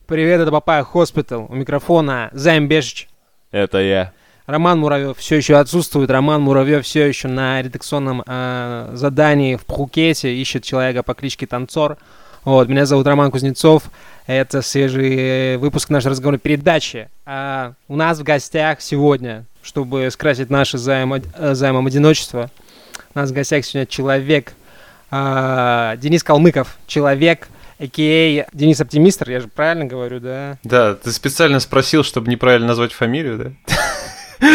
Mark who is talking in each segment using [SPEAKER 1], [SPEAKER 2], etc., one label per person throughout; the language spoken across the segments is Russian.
[SPEAKER 1] Привет, это Папайя Хоспитал. У микрофона Займ Бешич.
[SPEAKER 2] Это я.
[SPEAKER 1] Роман Муравьев все еще отсутствует. Роман Муравьев все еще на редакционном задании в Пхукете. Ищет человека по кличке Танцор. Вот, меня зовут Роман Кузнецов. Это свежий выпуск нашей разговорной передачи. У нас в гостях сегодня, чтобы скрасить наше займом одиночество, у нас в гостях сегодня человек, Денис Калмыков, человек, а.к.а. Денис Оптимистр, я же правильно говорю, да?
[SPEAKER 2] Да, ты специально спросил, чтобы неправильно назвать фамилию, да?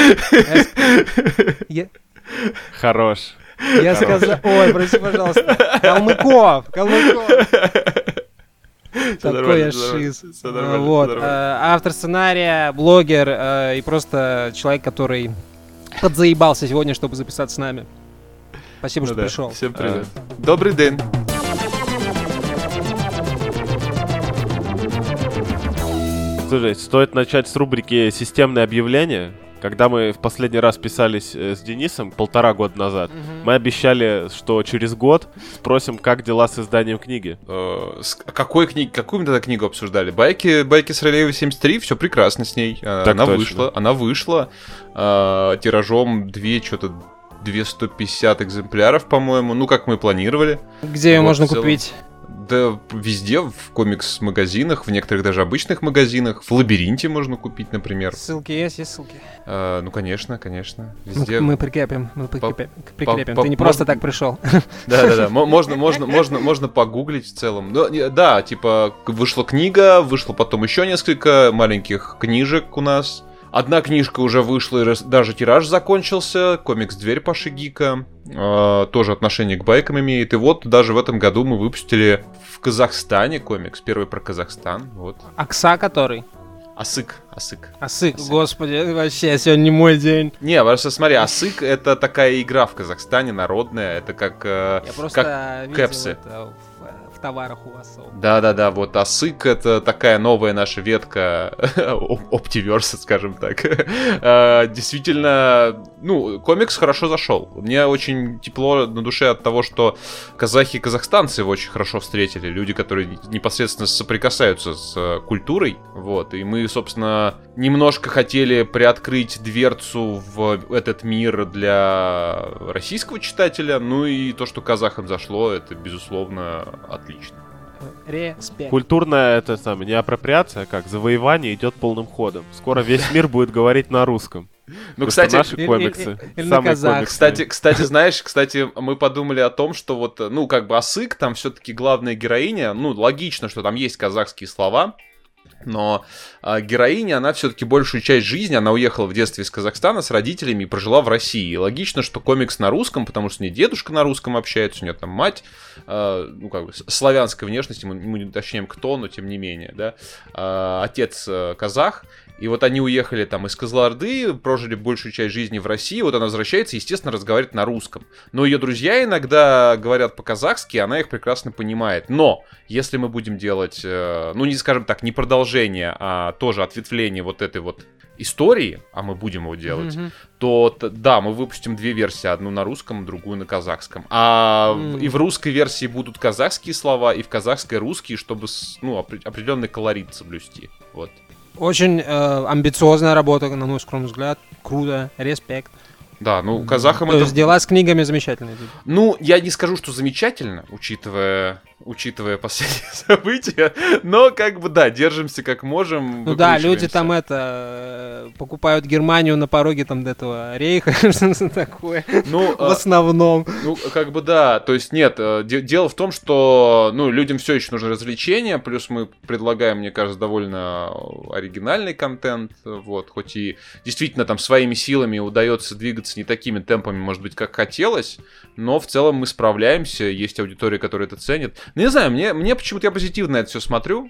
[SPEAKER 2] Хорош.
[SPEAKER 1] Я сказал... Ой, прости, пожалуйста. Калмыков. Такой я шиз. Вот. Автор сценария, блогер и просто человек, который подзаебался сегодня, чтобы записаться с нами. Спасибо, что пришел.
[SPEAKER 2] Всем привет. Добрый день. Слушай, стоит начать с рубрики «Системные объявления». Когда мы в последний раз писались с Денисом 1,5 года назад, мы обещали, что через год спросим, как дела с изданием книги.
[SPEAKER 3] Какой книги? Какую мы тогда книгу обсуждали? Байки с Ролеевой 73, все прекрасно с ней. Она вышла тиражом 250 экземпляров, по-моему. Ну, как мы планировали.
[SPEAKER 1] Где ее можно купить?
[SPEAKER 3] Да везде, в комикс-магазинах, в некоторых даже обычных магазинах. В Лабиринте можно купить, например.
[SPEAKER 1] Ссылки есть ссылки?
[SPEAKER 3] Ну, конечно. Везде.
[SPEAKER 1] Мы прикрепим. Ты не просто так пришел.
[SPEAKER 3] Да. Можно погуглить в целом. Да, типа, вышла книга, вышло потом еще несколько маленьких книжек у нас. Одна книжка уже вышла, и даже тираж закончился. Комикс «Дверь» Паши Гика. Тоже отношение к байкам имеет. И вот даже в этом году мы выпустили в Казахстане комикс. Первый про Казахстан. Вот.
[SPEAKER 1] Акса который?
[SPEAKER 3] Асык.
[SPEAKER 1] Господи, вообще, сегодня не мой день.
[SPEAKER 3] Не, просто смотри, Асык — это такая игра в Казахстане, народная. Это как
[SPEAKER 1] Я просто
[SPEAKER 3] как
[SPEAKER 1] видел
[SPEAKER 3] кэпсы.
[SPEAKER 1] это в товарах у вас.
[SPEAKER 3] Да, вот Асык — это такая новая наша ветка Оптиверса, скажем так. Действительно, комикс хорошо зашел. Мне очень тепло на душе от того, что казахи и казахстанцы его очень хорошо встретили. Люди, которые непосредственно соприкасаются с культурой. Вот, и мы, собственно, немножко хотели приоткрыть дверцу в этот мир для российского читателя. Ну и то, что казахам зашло, это, безусловно, отлично.
[SPEAKER 1] Респект.
[SPEAKER 2] Культурная, не апроприация, как завоевание идет полным ходом. Скоро весь мир будет говорить на русском.
[SPEAKER 3] Ну, кстати,
[SPEAKER 2] наши комиксы.
[SPEAKER 1] Самые комиксы.
[SPEAKER 3] Кстати, мы подумали о том, что вот, Асык, там все-таки главная героиня, логично, что там есть казахские слова. Но героиня, она все-таки большую часть жизни, она уехала в детстве из Казахстана с родителями и прожила в России. И логично, что комикс на русском, потому что у нее дедушка на русском общается, у нее там мать, славянской внешности, мы не уточняем кто, но тем не менее, да, отец казах. И вот они уехали там из Кызылорды, прожили большую часть жизни в России, вот она возвращается, естественно, разговаривает на русском. Но ее друзья иногда говорят по-казахски, она их прекрасно понимает. Но если мы будем делать, не продолжение, а тоже ответвление вот этой вот истории, а мы будем его делать, то да, мы выпустим 2 версии, одну на русском, другую на казахском. И в русской версии будут казахские слова, и в казахской русские, чтобы определенный колорит соблюсти. Вот.
[SPEAKER 1] Очень амбициозная работа, на мой скромный взгляд. Круто, респект.
[SPEAKER 3] Да, казахам
[SPEAKER 1] То есть дела с книгами замечательные.
[SPEAKER 3] Я не скажу, что замечательно, учитывая последние события, но держимся как можем.
[SPEAKER 1] Люди там покупают Германию на пороге там до этого рейха, что-то такое, в основном.
[SPEAKER 3] То есть нет, дело в том, что, людям все еще нужно развлечения, плюс мы предлагаем, мне кажется, довольно оригинальный контент, вот, хоть и действительно там своими силами удается двигаться не такими темпами, может быть, как хотелось, но в целом мы справляемся, есть аудитория, которая это ценит. Не знаю, мне почему-то я позитивно на это все смотрю,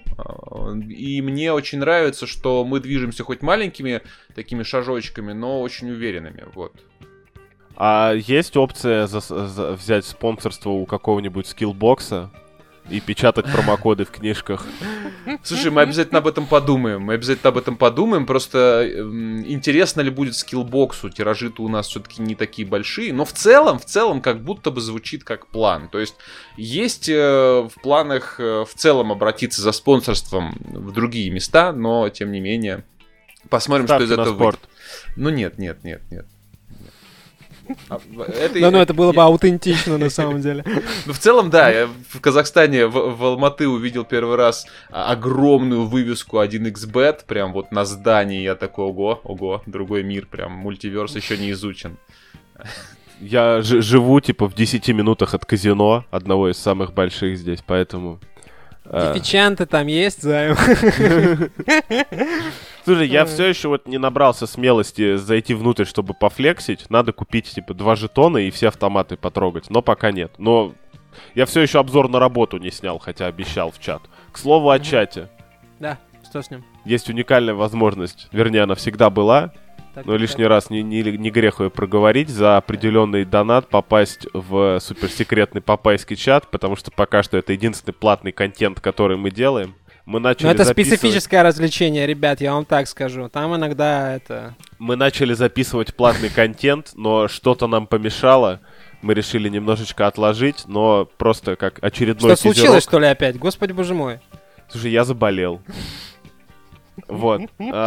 [SPEAKER 3] и мне очень нравится, что мы движемся хоть маленькими такими шажочками, но очень уверенными, вот.
[SPEAKER 2] А есть опция взять спонсорство у какого-нибудь скиллбокса? и печатать промокоды в книжках.
[SPEAKER 3] Слушай, мы обязательно об этом подумаем. Просто интересно ли будет скиллбоксу. Тиражи-то у нас все-таки не такие большие. Но в целом, как будто бы звучит как план. То есть в планах в целом обратиться за спонсорством в другие места, но тем не менее посмотрим,
[SPEAKER 2] Ставки
[SPEAKER 3] что из этого
[SPEAKER 2] спорт.
[SPEAKER 3] выйдет. Ну нет.
[SPEAKER 1] Это было бы аутентично на самом деле.
[SPEAKER 3] Ну, в целом, да, я в Казахстане, в Алматы увидел первый раз огромную вывеску 1xbet, прям вот на здании, я такой, ого, другой мир, прям мультиверс еще не изучен.
[SPEAKER 2] Я живу, типа, в 10 минутах от казино, одного из самых больших здесь, поэтому...
[SPEAKER 1] Дефичанты там есть, Займ?
[SPEAKER 2] Слушай, я все еще вот не набрался смелости зайти внутрь, чтобы пофлексить. Надо купить, типа, 2 жетона и все автоматы потрогать, но пока нет. Но я все еще обзор на работу не снял, хотя обещал в чат. К слову о чате.
[SPEAKER 1] Да, что с ним?
[SPEAKER 2] Есть уникальная возможность, вернее, она всегда была, но лишний раз не грех ее проговорить, за определенный донат попасть в суперсекретный папайский чат, потому что пока что это единственный платный контент, который мы делаем. Мы начали
[SPEAKER 1] это специфическое развлечение, ребят, я вам так скажу. Там иногда это...
[SPEAKER 2] Мы начали записывать платный контент, но что-то нам помешало. Мы решили немножечко отложить, но просто как очередной
[SPEAKER 1] Что случилось, что ли, опять? Господи, боже мой.
[SPEAKER 2] Слушай, я заболел. Вот.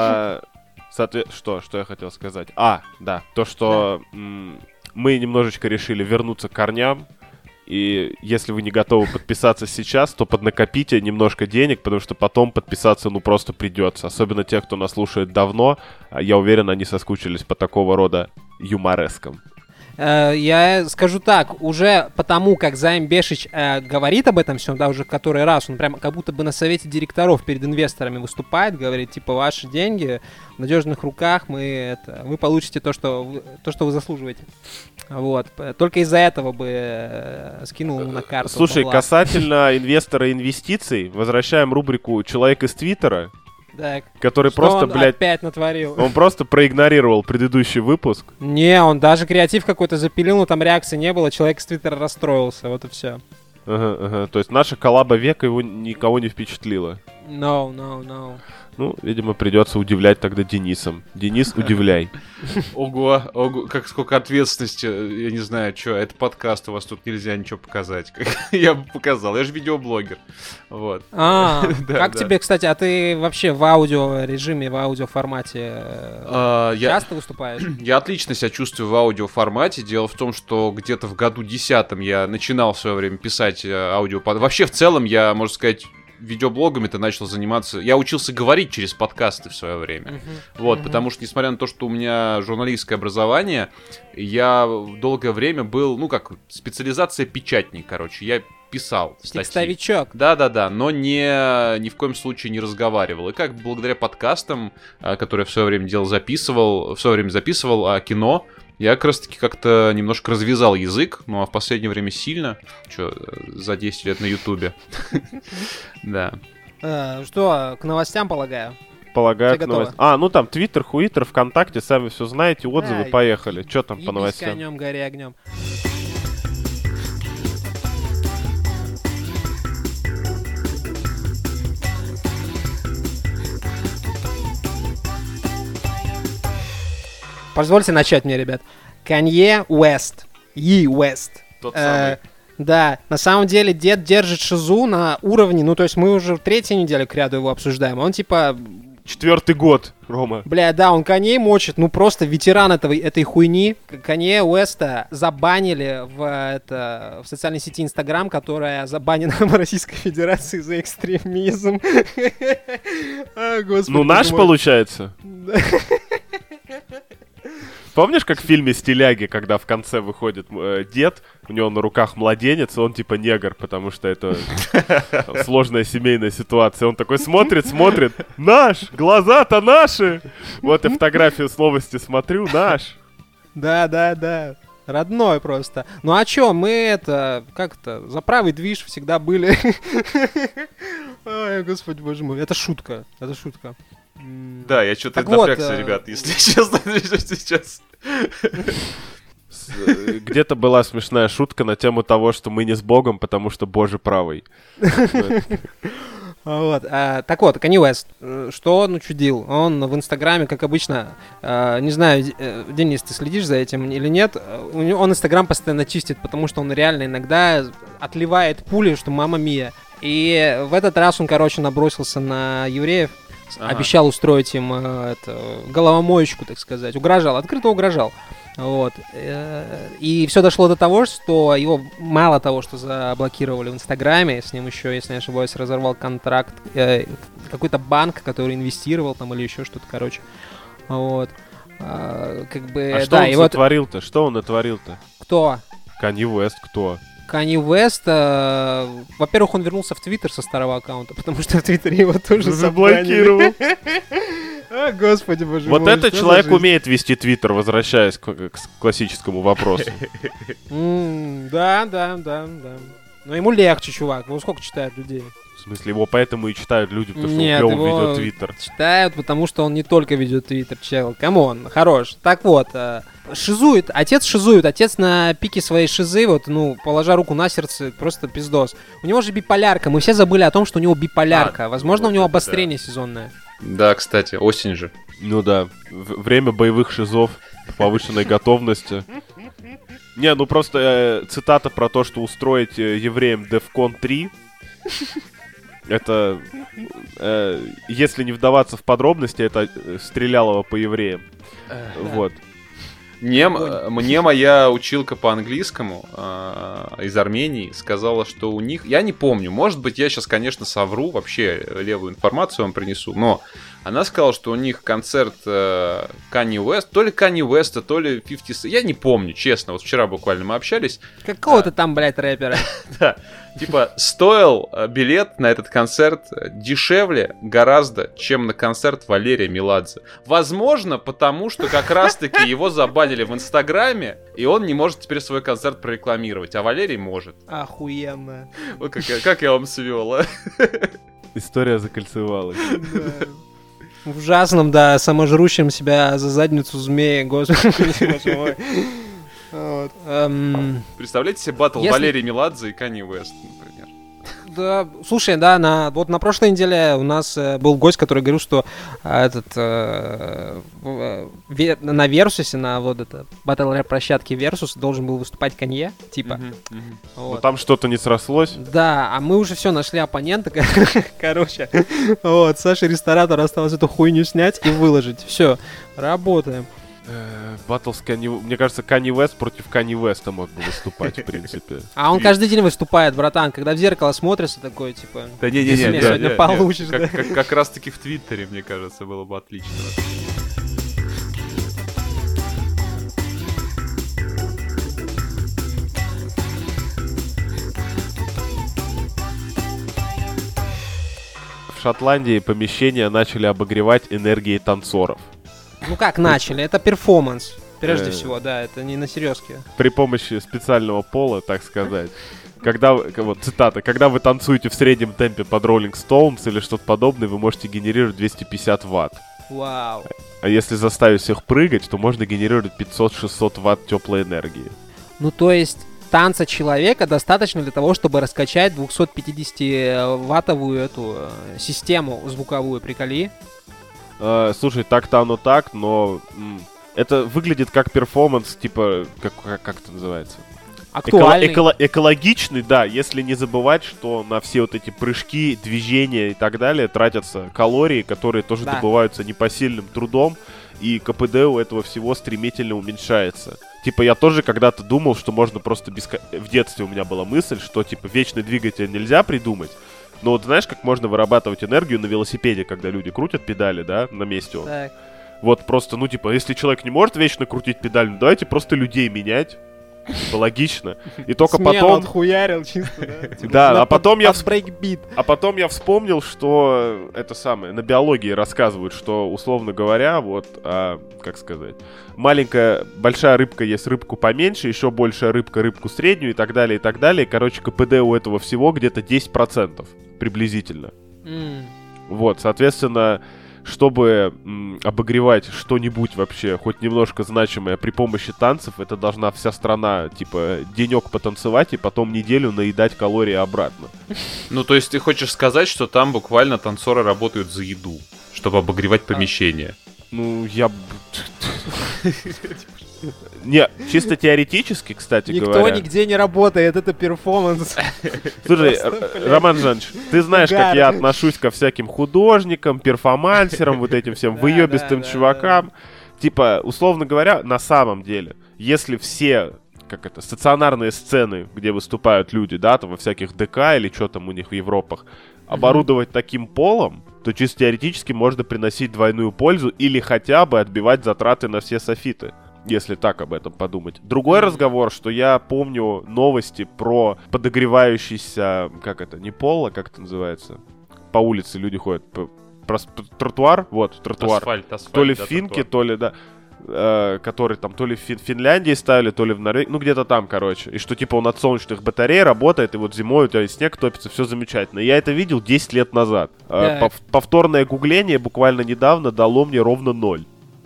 [SPEAKER 2] Что я хотел сказать? Да, то, что мы немножечко решили вернуться к корням. И если вы не готовы подписаться сейчас, то поднакопите немножко денег, потому что потом подписаться просто придется. Особенно те, кто нас слушает давно. Я уверен, они соскучились по такого рода юморескам.
[SPEAKER 1] Я скажу так, уже потому, как Займ Бешич говорит об этом всем, да, уже который раз, он прям как будто бы на совете директоров перед инвесторами выступает, говорит, типа, ваши деньги в надежных руках, вы получите то, что вы заслуживаете. Вот. Только из-за этого бы скинул ему на карту.
[SPEAKER 2] Слушай, касательно инвестора и инвестиций, возвращаем рубрику «Человек из Твиттера».
[SPEAKER 1] Так.
[SPEAKER 2] Который
[SPEAKER 1] что
[SPEAKER 2] просто,
[SPEAKER 1] он опять натворил?
[SPEAKER 2] Он просто проигнорировал предыдущий выпуск.
[SPEAKER 1] Не, он даже креатив какой-то запилил, но там реакции не было, человек с Твиттера расстроился, вот и все.
[SPEAKER 2] Ага. То есть наша коллаба века его никого не впечатлила.
[SPEAKER 1] No.
[SPEAKER 2] Ну, видимо, придется удивлять тогда Денисом. Денис, удивляй.
[SPEAKER 3] Ого, сколько ответственности. Я не знаю, что, это подкаст, у вас тут нельзя ничего показать. Я бы показал, я же видеоблогер. Вот.
[SPEAKER 1] Как тебе, кстати, а ты вообще в аудиорежиме, в аудиоформате часто выступаешь?
[SPEAKER 3] Я отлично себя чувствую в аудиоформате. Дело в том, что где-то в году 10-м я начинал в свое время писать аудиоподкасты. Вообще, в целом, я, можно сказать, видеоблогами-то начал заниматься. Я учился говорить через подкасты в свое время. Потому что, несмотря на то, что у меня журналистское образование, я долгое время был, специализация печатник, короче. Я писал статьи.
[SPEAKER 1] Текстовичок.
[SPEAKER 3] Да, но ни в коем случае не разговаривал. И как благодаря подкастам, которые я в свое время записывал о кино, я как раз таки как-то немножко развязал язык, а в последнее время сильно. За 10 лет на Ютубе. Да.
[SPEAKER 1] Что, к новостям, полагаю?
[SPEAKER 2] Полагаю, к новостям. Там Твиттер, Хуиттер, ВКонтакте, сами все знаете, отзывы, поехали. Что там по новостям?
[SPEAKER 1] Конем, гори огнем. Позвольте начать мне, ребят. Канье Уэст.
[SPEAKER 2] Тот самый.
[SPEAKER 1] Да, на самом деле дед держит шизу на уровне, то есть мы уже 3-ю неделю кряду его обсуждаем. Он типа...
[SPEAKER 2] 4-й год, Рома.
[SPEAKER 1] Бля, да, он Канье мочит, просто ветеран этой хуйни. Канье Уэста забанили в социальной сети Инстаграм, которая забанена в Российской Федерации за экстремизм.
[SPEAKER 2] Наш получается. Помнишь, как в фильме «Стиляги», когда в конце выходит дед, у него на руках младенец, и он типа негр, потому что это сложная семейная ситуация. Он такой смотрит, наш, глаза-то наши. Вот я фотографию с новости смотрю, наш.
[SPEAKER 1] Да. Родной просто. Ну а чё, мы за правый движ всегда были. Ой, господи, боже мой, это шутка.
[SPEAKER 3] Да, я что-то напрягся, ребят, если честно, сейчас.
[SPEAKER 2] Где-то была смешная шутка на тему того, что мы не с Богом, потому что Боже правый.
[SPEAKER 1] Вот. Так вот, Kanye West, что он учудил? Он в Инстаграме, как обычно, не знаю, Денис, ты следишь за этим или нет, он Инстаграм постоянно чистит, потому что он реально иногда отливает пули, что мама мия. И в этот раз он, короче, набросился на евреев, обещал устроить им головомоечку, так сказать, угрожал, открыто угрожал. Вот. И все дошло до того, что его мало того, что заблокировали в Инстаграме, с ним еще, если не ошибаюсь, разорвал контракт какой-то банк, который инвестировал там или еще что-то, короче. Вот. Как бы,
[SPEAKER 2] а что
[SPEAKER 1] да,
[SPEAKER 2] он натворил-то? Что он натворил-то?
[SPEAKER 1] Кто?
[SPEAKER 2] Kanye West кто?
[SPEAKER 1] Kanye West, во-первых, он вернулся в Твиттер со старого аккаунта, потому что в Твиттере его тоже заблокировал. О, господи, боже мой.
[SPEAKER 2] Вот этот человек умеет вести Твиттер, возвращаясь к классическому вопросу.
[SPEAKER 1] Да. Но ему легче, чувак. Его сколько читают людей?
[SPEAKER 2] В смысле, его поэтому и читают люди, потому что
[SPEAKER 1] Нет,
[SPEAKER 2] он клёво
[SPEAKER 1] его
[SPEAKER 2] ведет Твиттер.
[SPEAKER 1] Читают, потому что он не только ведет Твиттер, чел. Камон, хорош. Так вот, шизует, отец на пике своей шизы, вот, ну, положа руку на сердце, просто пиздос. У него же биполярка, мы все забыли о том, что у него биполярка. Возможно,
[SPEAKER 3] вот
[SPEAKER 1] у него
[SPEAKER 3] это
[SPEAKER 1] обострение сезонное.
[SPEAKER 3] Да, кстати, осень же.
[SPEAKER 2] Ну да, время боевых шизов, повышенной готовности. Не, ну просто цитата про то, что устроить евреям DEFCON 3, это, если не вдаваться в подробности, это стрелялово по евреям. Вот.
[SPEAKER 3] Мне моя училка по английскому из Армении сказала, что у них... Я не помню, может быть, я сейчас, конечно, совру, вообще левую информацию вам принесу, но она сказала, что у них концерт Kanye West, то ли Kanye West, то ли 50 Cent, я не помню, честно, вот вчера буквально мы общались.
[SPEAKER 1] Какого-то там, блядь, рэпера.
[SPEAKER 3] Да, типа, стоил билет на этот концерт дешевле гораздо, чем на концерт Валерия Меладзе. Возможно, потому что как раз-таки его забанили в Инстаграме, и он не может теперь свой концерт прорекламировать, а Валерий может.
[SPEAKER 1] Охуенно.
[SPEAKER 3] Вот как я вам свел, а?
[SPEAKER 2] История закольцевалась.
[SPEAKER 1] В ужасном, да, саможрущем себя за задницу змея, господи. Вот.
[SPEAKER 3] Представляете себе баттл Валерий Меладзе и Kanye West, например?
[SPEAKER 1] Да, слушай, да, на прошлой неделе у нас был гость, который говорил, что на Версусе, на вот это батл рэп площадке Версус должен был выступать Канье, типа.
[SPEAKER 2] Вот. Но там что-то не срослось.
[SPEAKER 1] Да, а мы уже все нашли оппонента, короче. Вот, Саше ресторатор осталось эту хуйню снять и выложить. Все, работаем.
[SPEAKER 2] Батл с Kanye... Мне кажется, Kanye West против Kanye West мог бы выступать, в принципе.
[SPEAKER 1] А он каждый день выступает, братан. Когда в зеркало смотрится, такой, типа...
[SPEAKER 3] Да не-не-не,
[SPEAKER 1] сегодня получишь, да?
[SPEAKER 3] Как раз-таки в Твиттере, мне кажется, было бы отлично.
[SPEAKER 2] В Шотландии помещения начали обогревать энергией танцоров.
[SPEAKER 1] Ну как начали? Это перформанс. Прежде всего, да, это не на серьезке.
[SPEAKER 2] При помощи специального пола, так сказать. Когда, вот цитата, когда вы танцуете в среднем темпе под Rolling Stones или что-то подобное, вы можете генерировать 250 ватт.
[SPEAKER 1] Вау.
[SPEAKER 2] А если заставить всех прыгать, то можно генерировать 500-600 ватт теплой энергии.
[SPEAKER 1] Ну то есть танца человека достаточно для того, чтобы раскачать 250-ваттовую эту систему звуковую, приколи.
[SPEAKER 2] Слушай, так-то оно так, но это выглядит как перформанс, типа, как это называется?
[SPEAKER 1] Актуальный.
[SPEAKER 2] Экологичный, да, если не забывать, что на все вот эти прыжки, движения и так далее тратятся калории, которые тоже добываются непосильным трудом, и КПД у этого всего стремительно уменьшается. Типа, я тоже когда-то думал, что можно просто в детстве у меня была мысль, что, типа, вечный двигатель нельзя придумать. Но вот знаешь, как можно вырабатывать энергию на велосипеде, когда люди крутят педали, да, на месте он.
[SPEAKER 1] Так.
[SPEAKER 2] Вот просто, ну, типа, если человек не может вечно крутить педаль, ну, давайте просто людей менять. Типа, логично. И только потом...
[SPEAKER 1] отхуярил чисто, да?
[SPEAKER 2] Да, а потом я вспомнил, что это самое, на биологии рассказывают, что, условно говоря, вот, как сказать, большая рыбка ест рыбку поменьше, еще большая рыбка рыбку среднюю и так далее, и так далее. Короче, КПД у этого всего где-то 10% приблизительно. Вот, соответственно, чтобы обогревать что-нибудь вообще, хоть немножко значимое при помощи танцев, это должна вся страна, типа, денек потанцевать и потом неделю наедать калории обратно.
[SPEAKER 3] Ну, то есть ты хочешь сказать, что там буквально танцоры работают за еду, чтобы обогревать помещение?
[SPEAKER 2] Ну, я... Не, чисто теоретически, кстати говоря.
[SPEAKER 1] Никто нигде не работает, это перформанс.
[SPEAKER 2] Слушай, Роман Жанович, ты знаешь, как я отношусь ко всяким художникам, перформансерам, вот этим всем выебистым чувакам. Типа, условно говоря, на самом деле, если все, стационарные сцены, где выступают люди, да, там во всяких ДК или что там у них в Европах, оборудовать таким полом, то чисто теоретически можно приносить двойную пользу или хотя бы отбивать затраты на все софиты, если так об этом подумать. Другой разговор, что я помню новости про подогревающийся, не пол, а как это называется? По улице люди ходят, тротуар, вот, тротуар.
[SPEAKER 3] Асфальт,
[SPEAKER 2] то ли
[SPEAKER 3] да,
[SPEAKER 2] в Финке,
[SPEAKER 3] тротуар.
[SPEAKER 2] то ли, да, который там то ли в Финляндии ставили, то ли в Норвегии, ну где-то там, короче. И что типа он от солнечных батарей работает, и вот зимой у тебя снег топится, все замечательно. Я это видел 10 лет назад. Повторное гугление буквально недавно дало мне ровно 0.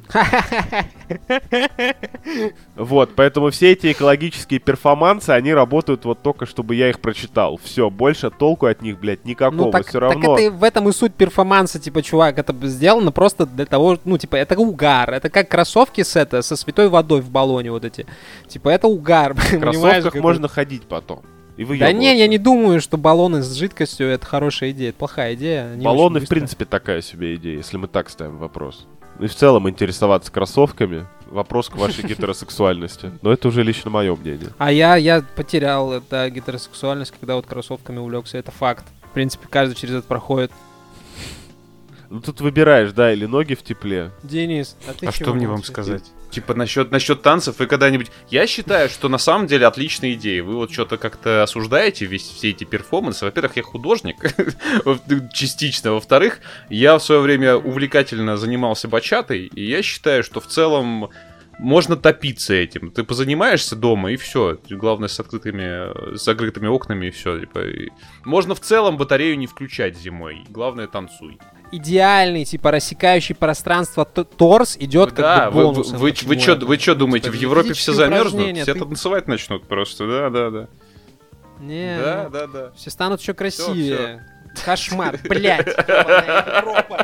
[SPEAKER 2] Вот, поэтому все эти экологические перформансы, они работают вот только, чтобы я их прочитал. Все, больше толку от них, блядь, никакого.
[SPEAKER 1] Ну, так,
[SPEAKER 2] все равно.
[SPEAKER 1] Так это в этом и суть перформанса, типа, чувак, это сделано просто для того, ну, типа, это угар. Это как кроссовки со святой водой в баллоне вот эти. Типа, это угар.
[SPEAKER 2] В кроссовках можно ходить потом.
[SPEAKER 1] Да не, я не думаю, что баллоны с жидкостью это хорошая идея, это плохая идея.
[SPEAKER 2] Баллоны, в принципе, такая себе идея, если мы так ставим вопрос. И в целом интересоваться кроссовками — вопрос к вашей гетеросексуальности. Но это уже лично мое мнение.
[SPEAKER 1] А я потерял эту гетеросексуальность, когда вот кроссовками увлекся, это факт. В принципе, каждый через это проходит.
[SPEAKER 2] Ну тут выбираешь, да, или ноги в тепле.
[SPEAKER 1] Денис, а ты
[SPEAKER 3] что мне вам сказать? Типа насчет танцев вы когда-нибудь... Я считаю, что на самом деле отличная идея. Вы вот что-то как-то осуждаете все эти перформансы. Во-первых, я художник, частично. Во-вторых, я в свое время увлекательно занимался бачатой, и я считаю, что в целом можно топиться этим. Ты позанимаешься дома, и все. Главное, с закрытыми окнами, и все. Типа, можно в целом батарею не включать зимой. Главное, танцуй.
[SPEAKER 1] Идеальный, типа, рассекающий пространство торс идет как бы бонусом.
[SPEAKER 3] Вы что думаете, в Европе все замерзнут? Все танцевать начнут просто, да.
[SPEAKER 1] Не,
[SPEAKER 3] да.
[SPEAKER 1] Все станут еще красивее. Кошмар, блядь. Европа.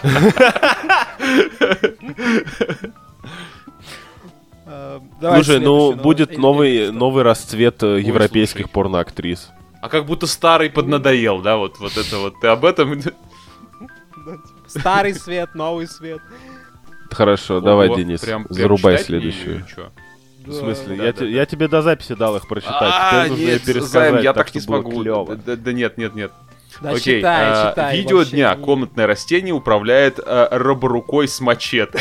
[SPEAKER 2] Слушай, будет новый расцвет европейских порноактрис.
[SPEAKER 3] А как будто старый поднадоел, да, вот это вот. Ты об этом...
[SPEAKER 1] Старый свет, новый свет.
[SPEAKER 2] Хорошо, давай, Денис, зарубай следующую. В смысле? Я тебе до записи дал их прочитать.
[SPEAKER 3] Нет, Займ, я так не смогу. Да нет.
[SPEAKER 1] Да, читай.
[SPEAKER 3] Видео дня. Комнатное растение управляет роборукой с мачете.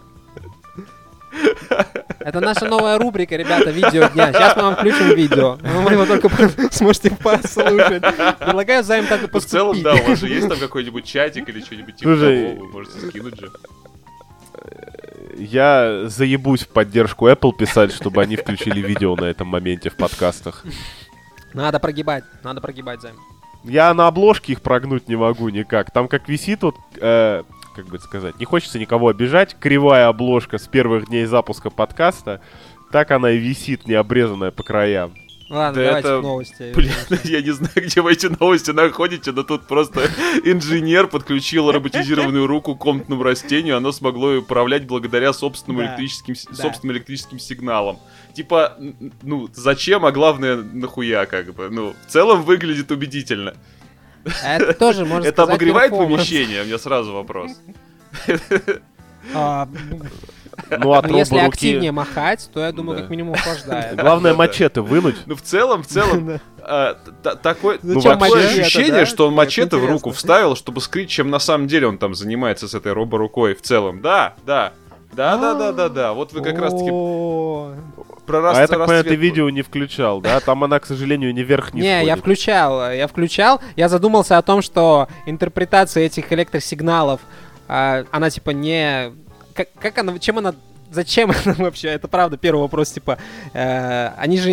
[SPEAKER 1] Это наша новая рубрика, ребята, видео дня. Сейчас мы вам включим видео. Вы его только сможете послушать. Предлагаю Займ так и поступить.
[SPEAKER 3] В целом, да, у вас же есть там какой-нибудь чатик или что-нибудь типа того, вы можете скинуть же.
[SPEAKER 2] Я заебусь в поддержку Apple писать, чтобы они включили видео на этом моменте в подкастах.
[SPEAKER 1] Надо прогибать, Займ.
[SPEAKER 2] Я на обложке их прогнуть не могу никак. Там как висит вот... как бы сказать, не хочется никого обижать, кривая обложка с первых дней запуска подкаста, так она и висит, не обрезанная по краям.
[SPEAKER 1] Ладно,
[SPEAKER 3] да
[SPEAKER 1] давайте
[SPEAKER 3] это...
[SPEAKER 1] новости.
[SPEAKER 3] Блин, я не знаю, где вы эти новости находите, но тут просто инженер подключил роботизированную руку к комнатному растению, оно смогло ее управлять благодаря собственным электрическим сигналам. Типа, ну, зачем, а главное, нахуя, как бы. Ну, в целом выглядит убедительно.
[SPEAKER 1] Это тоже можно сказать.
[SPEAKER 3] Это обогревает помещение? У меня сразу вопрос.
[SPEAKER 2] Ну, от
[SPEAKER 1] если активнее махать, то, я думаю, как минимум охлаждает.
[SPEAKER 2] Главное мачете вынуть.
[SPEAKER 3] Ну, в целом, такое ощущение, что он мачете в руку вставил, чтобы скрыть, чем на самом деле он там занимается с этой роборукой в целом. Да. Вот вы как раз-таки...
[SPEAKER 2] А я так понимаю, ты видео не включал, да? Там она, к сожалению, не вверх-вниз
[SPEAKER 1] Не, я включал. Я задумался о том, что интерпретация этих электросигналов, она типа не... Как она, зачем она вообще? Это правда первый вопрос, типа, они же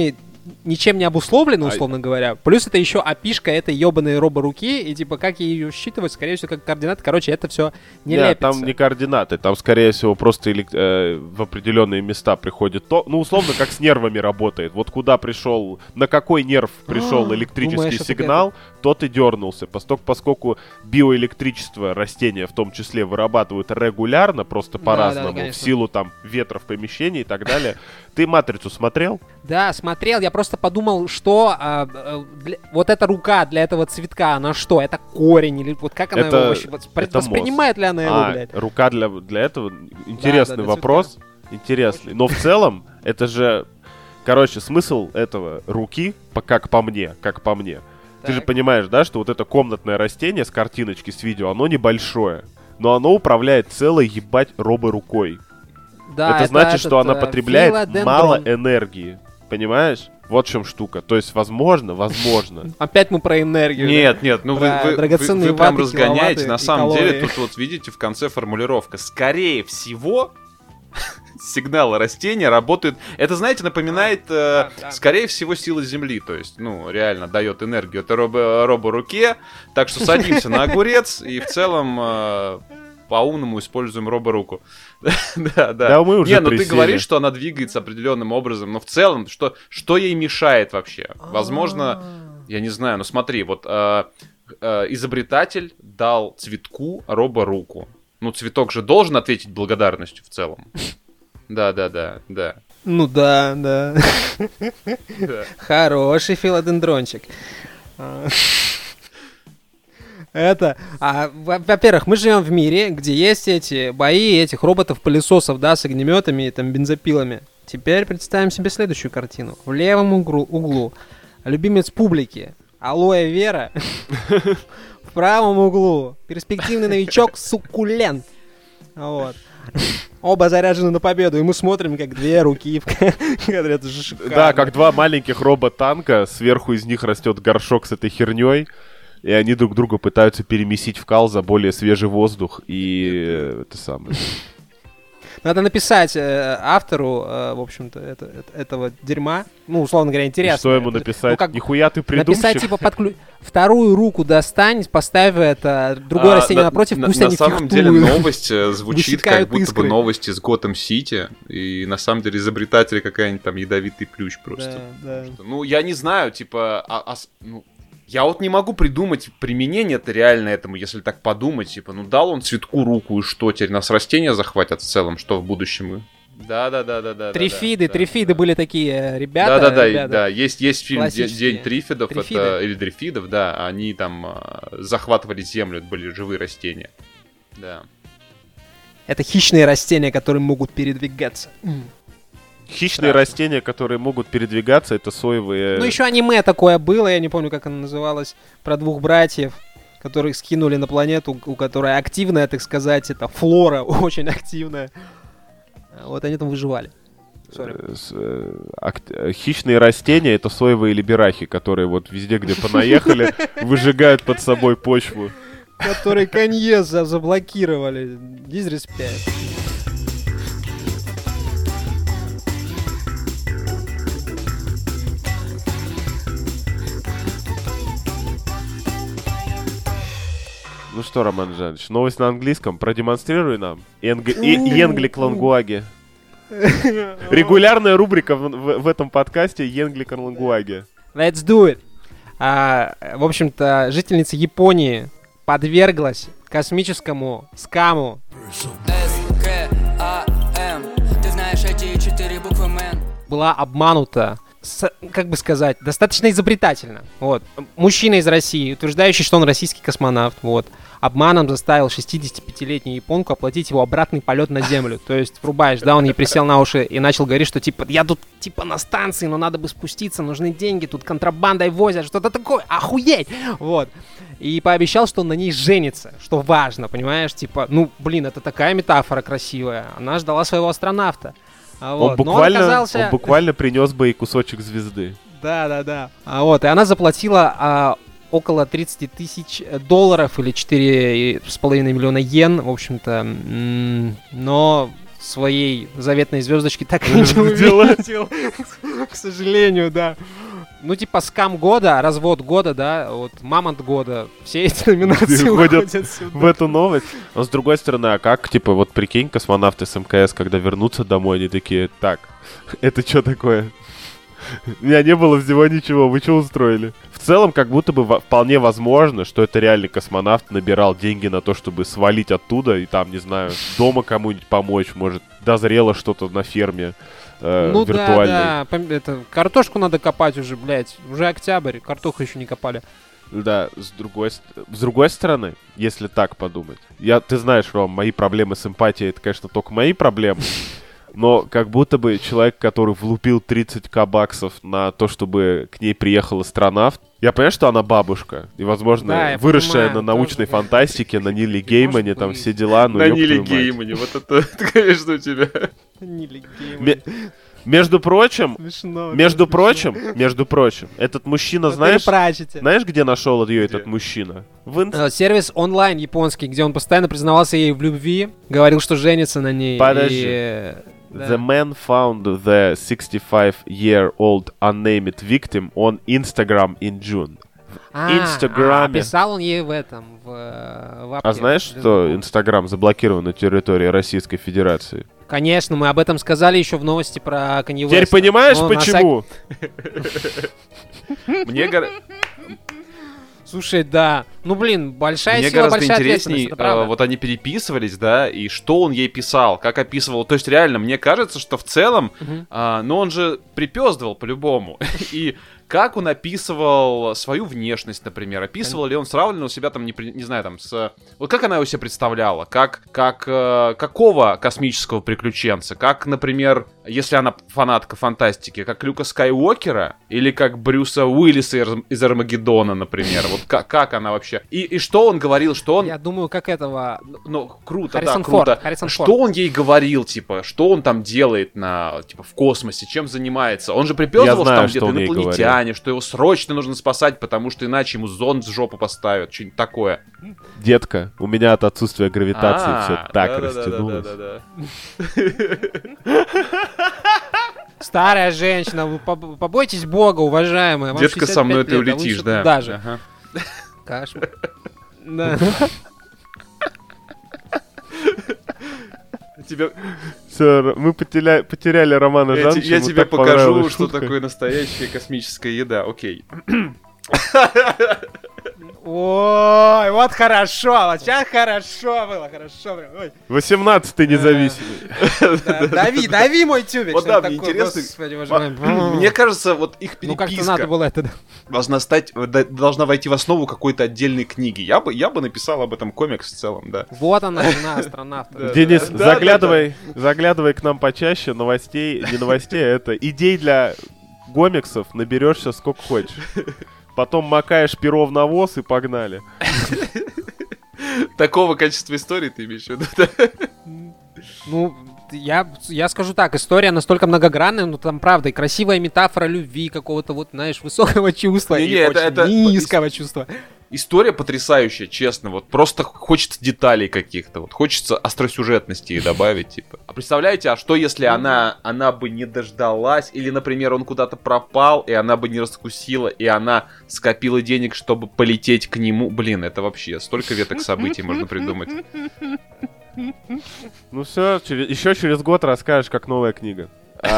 [SPEAKER 1] ничем не обусловлено, условно говоря. Плюс это еще опишка этой ебаной роборуки, и типа как ее считывать, скорее всего, как координаты. Короче, это все не
[SPEAKER 2] Нет,
[SPEAKER 1] лепится.
[SPEAKER 2] там не координаты, там, скорее всего, просто в определенные места приходит то, ну, условно, как с нервами работает. Вот куда пришел, на какой нерв пришел электрический
[SPEAKER 1] думаешь,
[SPEAKER 2] сигнал, тот и дернулся. Поскольку биоэлектричество растения в том числе вырабатывают регулярно, просто по-разному, в силу там ветра в помещении и так далее. Ты «Матрицу» смотрел?
[SPEAKER 1] Да, смотрел. Я просто подумал, что вот эта рука для этого цветка, она что? Это корень? Или вот как она его вообще... Воспринимает ли она его, блядь?
[SPEAKER 2] Рука для этого? Интересный вопрос.
[SPEAKER 1] Цветка.
[SPEAKER 2] Интересный. Но в целом, это же... Короче, смысл этого руки, как по мне. Ты же понимаешь, да, что вот это комнатное растение с картиночки, с видео, оно небольшое. Но оно управляет целой, ебать, роборукой.
[SPEAKER 1] Да,
[SPEAKER 2] это значит, что она потребляет мало энергии. Понимаешь? Вот в чем штука. То есть, возможно...
[SPEAKER 1] Опять мы про энергию.
[SPEAKER 3] Нет, ну вы прям разгоняете. На самом деле, тут вот видите в конце формулировка. Скорее всего, сигналы растения работают... Это, знаете, напоминает, скорее всего, сила Земли. То есть, ну, реально дает энергию. Это роборуке. Так что садимся на огурец и в целом... по-умному используем роборуку. Да,
[SPEAKER 2] мы уже
[SPEAKER 3] ты говоришь, что она двигается определенным образом, но в целом, что ей мешает вообще? Возможно, я не знаю, но смотри, вот изобретатель дал цветку роборуку. Ну, цветок же должен ответить благодарностью в целом. Да.
[SPEAKER 1] Ну да. Хороший филодендрончик. Во-первых, мы живем в мире, где есть эти бои этих роботов-пылесосов, да, с огнеметами и там бензопилами. Теперь представим себе следующую картину. В левом углу любимец публики Алоэ Вера. В правом углу перспективный новичок Суккулент. Вот. Оба заряжены на победу, и мы смотрим, как две руки в кадре. Это же шикарно.
[SPEAKER 2] Да, как два маленьких робот-танка, сверху из них растет горшок с этой херней. И они друг друга пытаются переместить в кал за более свежий воздух и это самое.
[SPEAKER 1] Надо написать автору, в общем-то, этого дерьма. Ну, условно говоря, интересно.
[SPEAKER 2] И что ему написать? Ну, нихуя ты придумщик.
[SPEAKER 1] Написать, типа, вторую руку достань, поставь это, другое растение напротив, пусть они фехтуют.
[SPEAKER 3] На самом деле новость звучит как будто бы новость из Готэм-Сити. И на самом деле изобретатель какая-нибудь там ядовитый плющ просто.
[SPEAKER 1] Да.
[SPEAKER 3] Ну, я не знаю, типа... Я вот не могу придумать применение-то реально этому, если так подумать. Типа, ну дал он цветку руку, и что, теперь нас растения захватят в целом, что в будущем? Да.
[SPEAKER 1] Трифиды были такие ребята.
[SPEAKER 3] Да. Есть фильм «День трифидов», или дрифидов, да. Они там захватывали землю, это были живые растения. Да.
[SPEAKER 1] Это хищные растения, которые могут передвигаться.
[SPEAKER 2] Хищные растения, которые могут передвигаться, это соевые...
[SPEAKER 1] Ну, еще аниме такое было, я не помню, как оно называлось, про двух братьев, которых скинули на планету, у которой активная, так сказать, это флора, очень активная. Вот они там выживали.
[SPEAKER 2] Хищные растения — это соевые либерахи, которые вот везде, где понаехали, выжигают под собой почву.
[SPEAKER 1] Которые Канье заблокировали. Disrespect.
[SPEAKER 2] Ну что, Роман Жанович, новость на английском. Продемонстрируй нам. Енглик Лангуаги. Регулярная рубрика в этом подкасте Енглик Лангуаги.
[SPEAKER 1] Let's do it. В общем-то, жительница Японии подверглась космическому скаму. Ты знаешь эти 4 буквы, мэн? Была обманута. Как бы сказать, достаточно изобретательно. Вот. Мужчина из России, утверждающий, что он российский космонавт, вот, обманом заставил 65-летнюю японку оплатить его обратный полет на Землю. То есть, врубаешь, да, он ей присел на уши и начал говорить, что, типа, я тут, типа, на станции, но надо бы спуститься, нужны деньги, тут контрабандой возят, что-то такое, охуеть! Вот. И пообещал, что он на ней женится, что важно, понимаешь? Типа, ну, блин, это такая метафора красивая. Она ждала своего астронавта.
[SPEAKER 2] Вот. Он буквально принес бы ей кусочек звезды.
[SPEAKER 1] Да. И она заплатила около 30 тысяч долларов или 4,5 миллиона йен, в общем-то. Но своей заветной звездочки так и не увидел. К сожалению, да. Ну, типа, скам года, развод года, да, вот, мамонт года, все эти номинации уходят сюда.
[SPEAKER 2] В эту новость. Но с другой стороны, а как, типа, вот прикинь, космонавты с МКС, когда вернутся домой, они такие, так, это что такое? У меня не было всего ничего, вы что устроили? В целом, как будто бы вполне возможно, что это реальный космонавт набирал деньги на то, чтобы свалить оттуда и там, не знаю, дома кому-нибудь помочь, может, дозрело что-то на ферме.
[SPEAKER 1] Ну
[SPEAKER 2] виртуальной.
[SPEAKER 1] да, это, картошку надо копать уже, блядь. Уже октябрь, картоху еще не копали.
[SPEAKER 2] Да, с другой стороны, если так подумать. Ты знаешь, Ром, мои проблемы с эмпатией, это, конечно, только мои проблемы. Но как будто бы человек, который влупил 30к баксов на то, чтобы к ней приехал астронавт. Я понимаю, что она бабушка. И, возможно,
[SPEAKER 1] да,
[SPEAKER 2] выросшая
[SPEAKER 1] понимаю,
[SPEAKER 2] на научной
[SPEAKER 1] тоже,
[SPEAKER 2] фантастике, на Ниле Геймане, там все дела. Ну,
[SPEAKER 3] на Ниле Геймане, вот это, конечно, у тебя.
[SPEAKER 1] Ниле Геймане.
[SPEAKER 2] Между прочим,
[SPEAKER 1] смешно,
[SPEAKER 2] между прочим, этот мужчина, знаешь, где нашел ее этот мужчина?
[SPEAKER 1] Сервис онлайн японский, где он постоянно признавался ей в любви, говорил, что женится на ней.
[SPEAKER 2] Подожди. The man found the 65-year-old unnamed victim on Instagram in June. Инстаграме.
[SPEAKER 1] Писал он ей в этом, в апке.
[SPEAKER 2] А знаешь, что Инстаграм заблокирован на территории Российской Федерации?
[SPEAKER 1] Конечно, мы об этом сказали еще в новости про Kanye West.
[SPEAKER 2] Теперь понимаешь, почему?
[SPEAKER 3] Мне
[SPEAKER 1] Слушай, да. Ну, блин, большая
[SPEAKER 3] Мне
[SPEAKER 1] сила,
[SPEAKER 3] гораздо
[SPEAKER 1] большая
[SPEAKER 3] интересней, вот они переписывались, да, и что он ей писал, как описывал. То есть, реально, мне кажется, что в целом, ну, он же припёздывал по-любому. И как он описывал свою внешность, например? Описывал ли он, сравнивал себя там, не знаю, там, с... Вот как она его себе представляла? Какого космического приключенца? Как, например, если она фанатка фантастики, как Люка Скайуокера? Или как Брюса Уиллиса из Армагеддона, например? Вот как она вообще? И что он говорил, что он...
[SPEAKER 1] Я думаю, как этого...
[SPEAKER 3] Ну, круто,
[SPEAKER 1] Харрисон
[SPEAKER 3] да, круто.
[SPEAKER 1] Харрисон
[SPEAKER 3] что
[SPEAKER 1] Форд.
[SPEAKER 3] он ей говорил, типа, что он там делает типа, в космосе, чем занимается? Он же припёздывал, что там где-то инопланетяне, что его срочно нужно спасать, потому что иначе ему зонд в жопу поставят, что-нибудь такое.
[SPEAKER 2] Детка, у меня от отсутствия гравитации все так растянулось.
[SPEAKER 1] Старая женщина, вы побойтесь Бога, уважаемая. Вам
[SPEAKER 3] Детка, со мной
[SPEAKER 1] 65
[SPEAKER 3] ты
[SPEAKER 1] лет, а
[SPEAKER 3] улетишь,
[SPEAKER 1] лучше
[SPEAKER 3] да.
[SPEAKER 1] туда же.
[SPEAKER 3] Ага.
[SPEAKER 1] Кошмар. Да.
[SPEAKER 2] Все, мы потеряли Романа Жановича.
[SPEAKER 3] Я тебе покажу, что такое настоящая космическая еда. Окей.
[SPEAKER 1] Ой, вот хорошо, вот сейчас хорошо было, хорошо.
[SPEAKER 2] 18-й независимый.
[SPEAKER 1] Дави мой тюбик.
[SPEAKER 3] Вот да, мне интересно. Мне кажется, вот их
[SPEAKER 1] Ну как-то
[SPEAKER 3] переписка
[SPEAKER 1] надо было это.
[SPEAKER 3] должна войти в основу какой-то отдельной книги. Я бы написал об этом комикс в целом, да.
[SPEAKER 1] Вот она, жена астронавта.
[SPEAKER 2] Денис, заглядывай к нам почаще. Новостей, не новостей, это идей для комиксов наберешься сколько хочешь. Потом макаешь перо в навоз и погнали.
[SPEAKER 3] Такого качества истории ты имеешь в виду, да?
[SPEAKER 1] Ну, я скажу так, история настолько многогранная, ну там правда и красивая метафора любви, какого-то вот, знаешь, высокого чувства и очень низкого чувства.
[SPEAKER 3] История потрясающая, честно, вот просто хочется деталей каких-то, вот хочется остросюжетности добавить, типа. А представляете, а что если она бы не дождалась, или, например, он куда-то пропал, и она бы не раскусила, и она скопила денег, чтобы полететь к нему? Блин, это вообще столько веток событий можно придумать.
[SPEAKER 2] Ну все, еще через год расскажешь, как новая книга.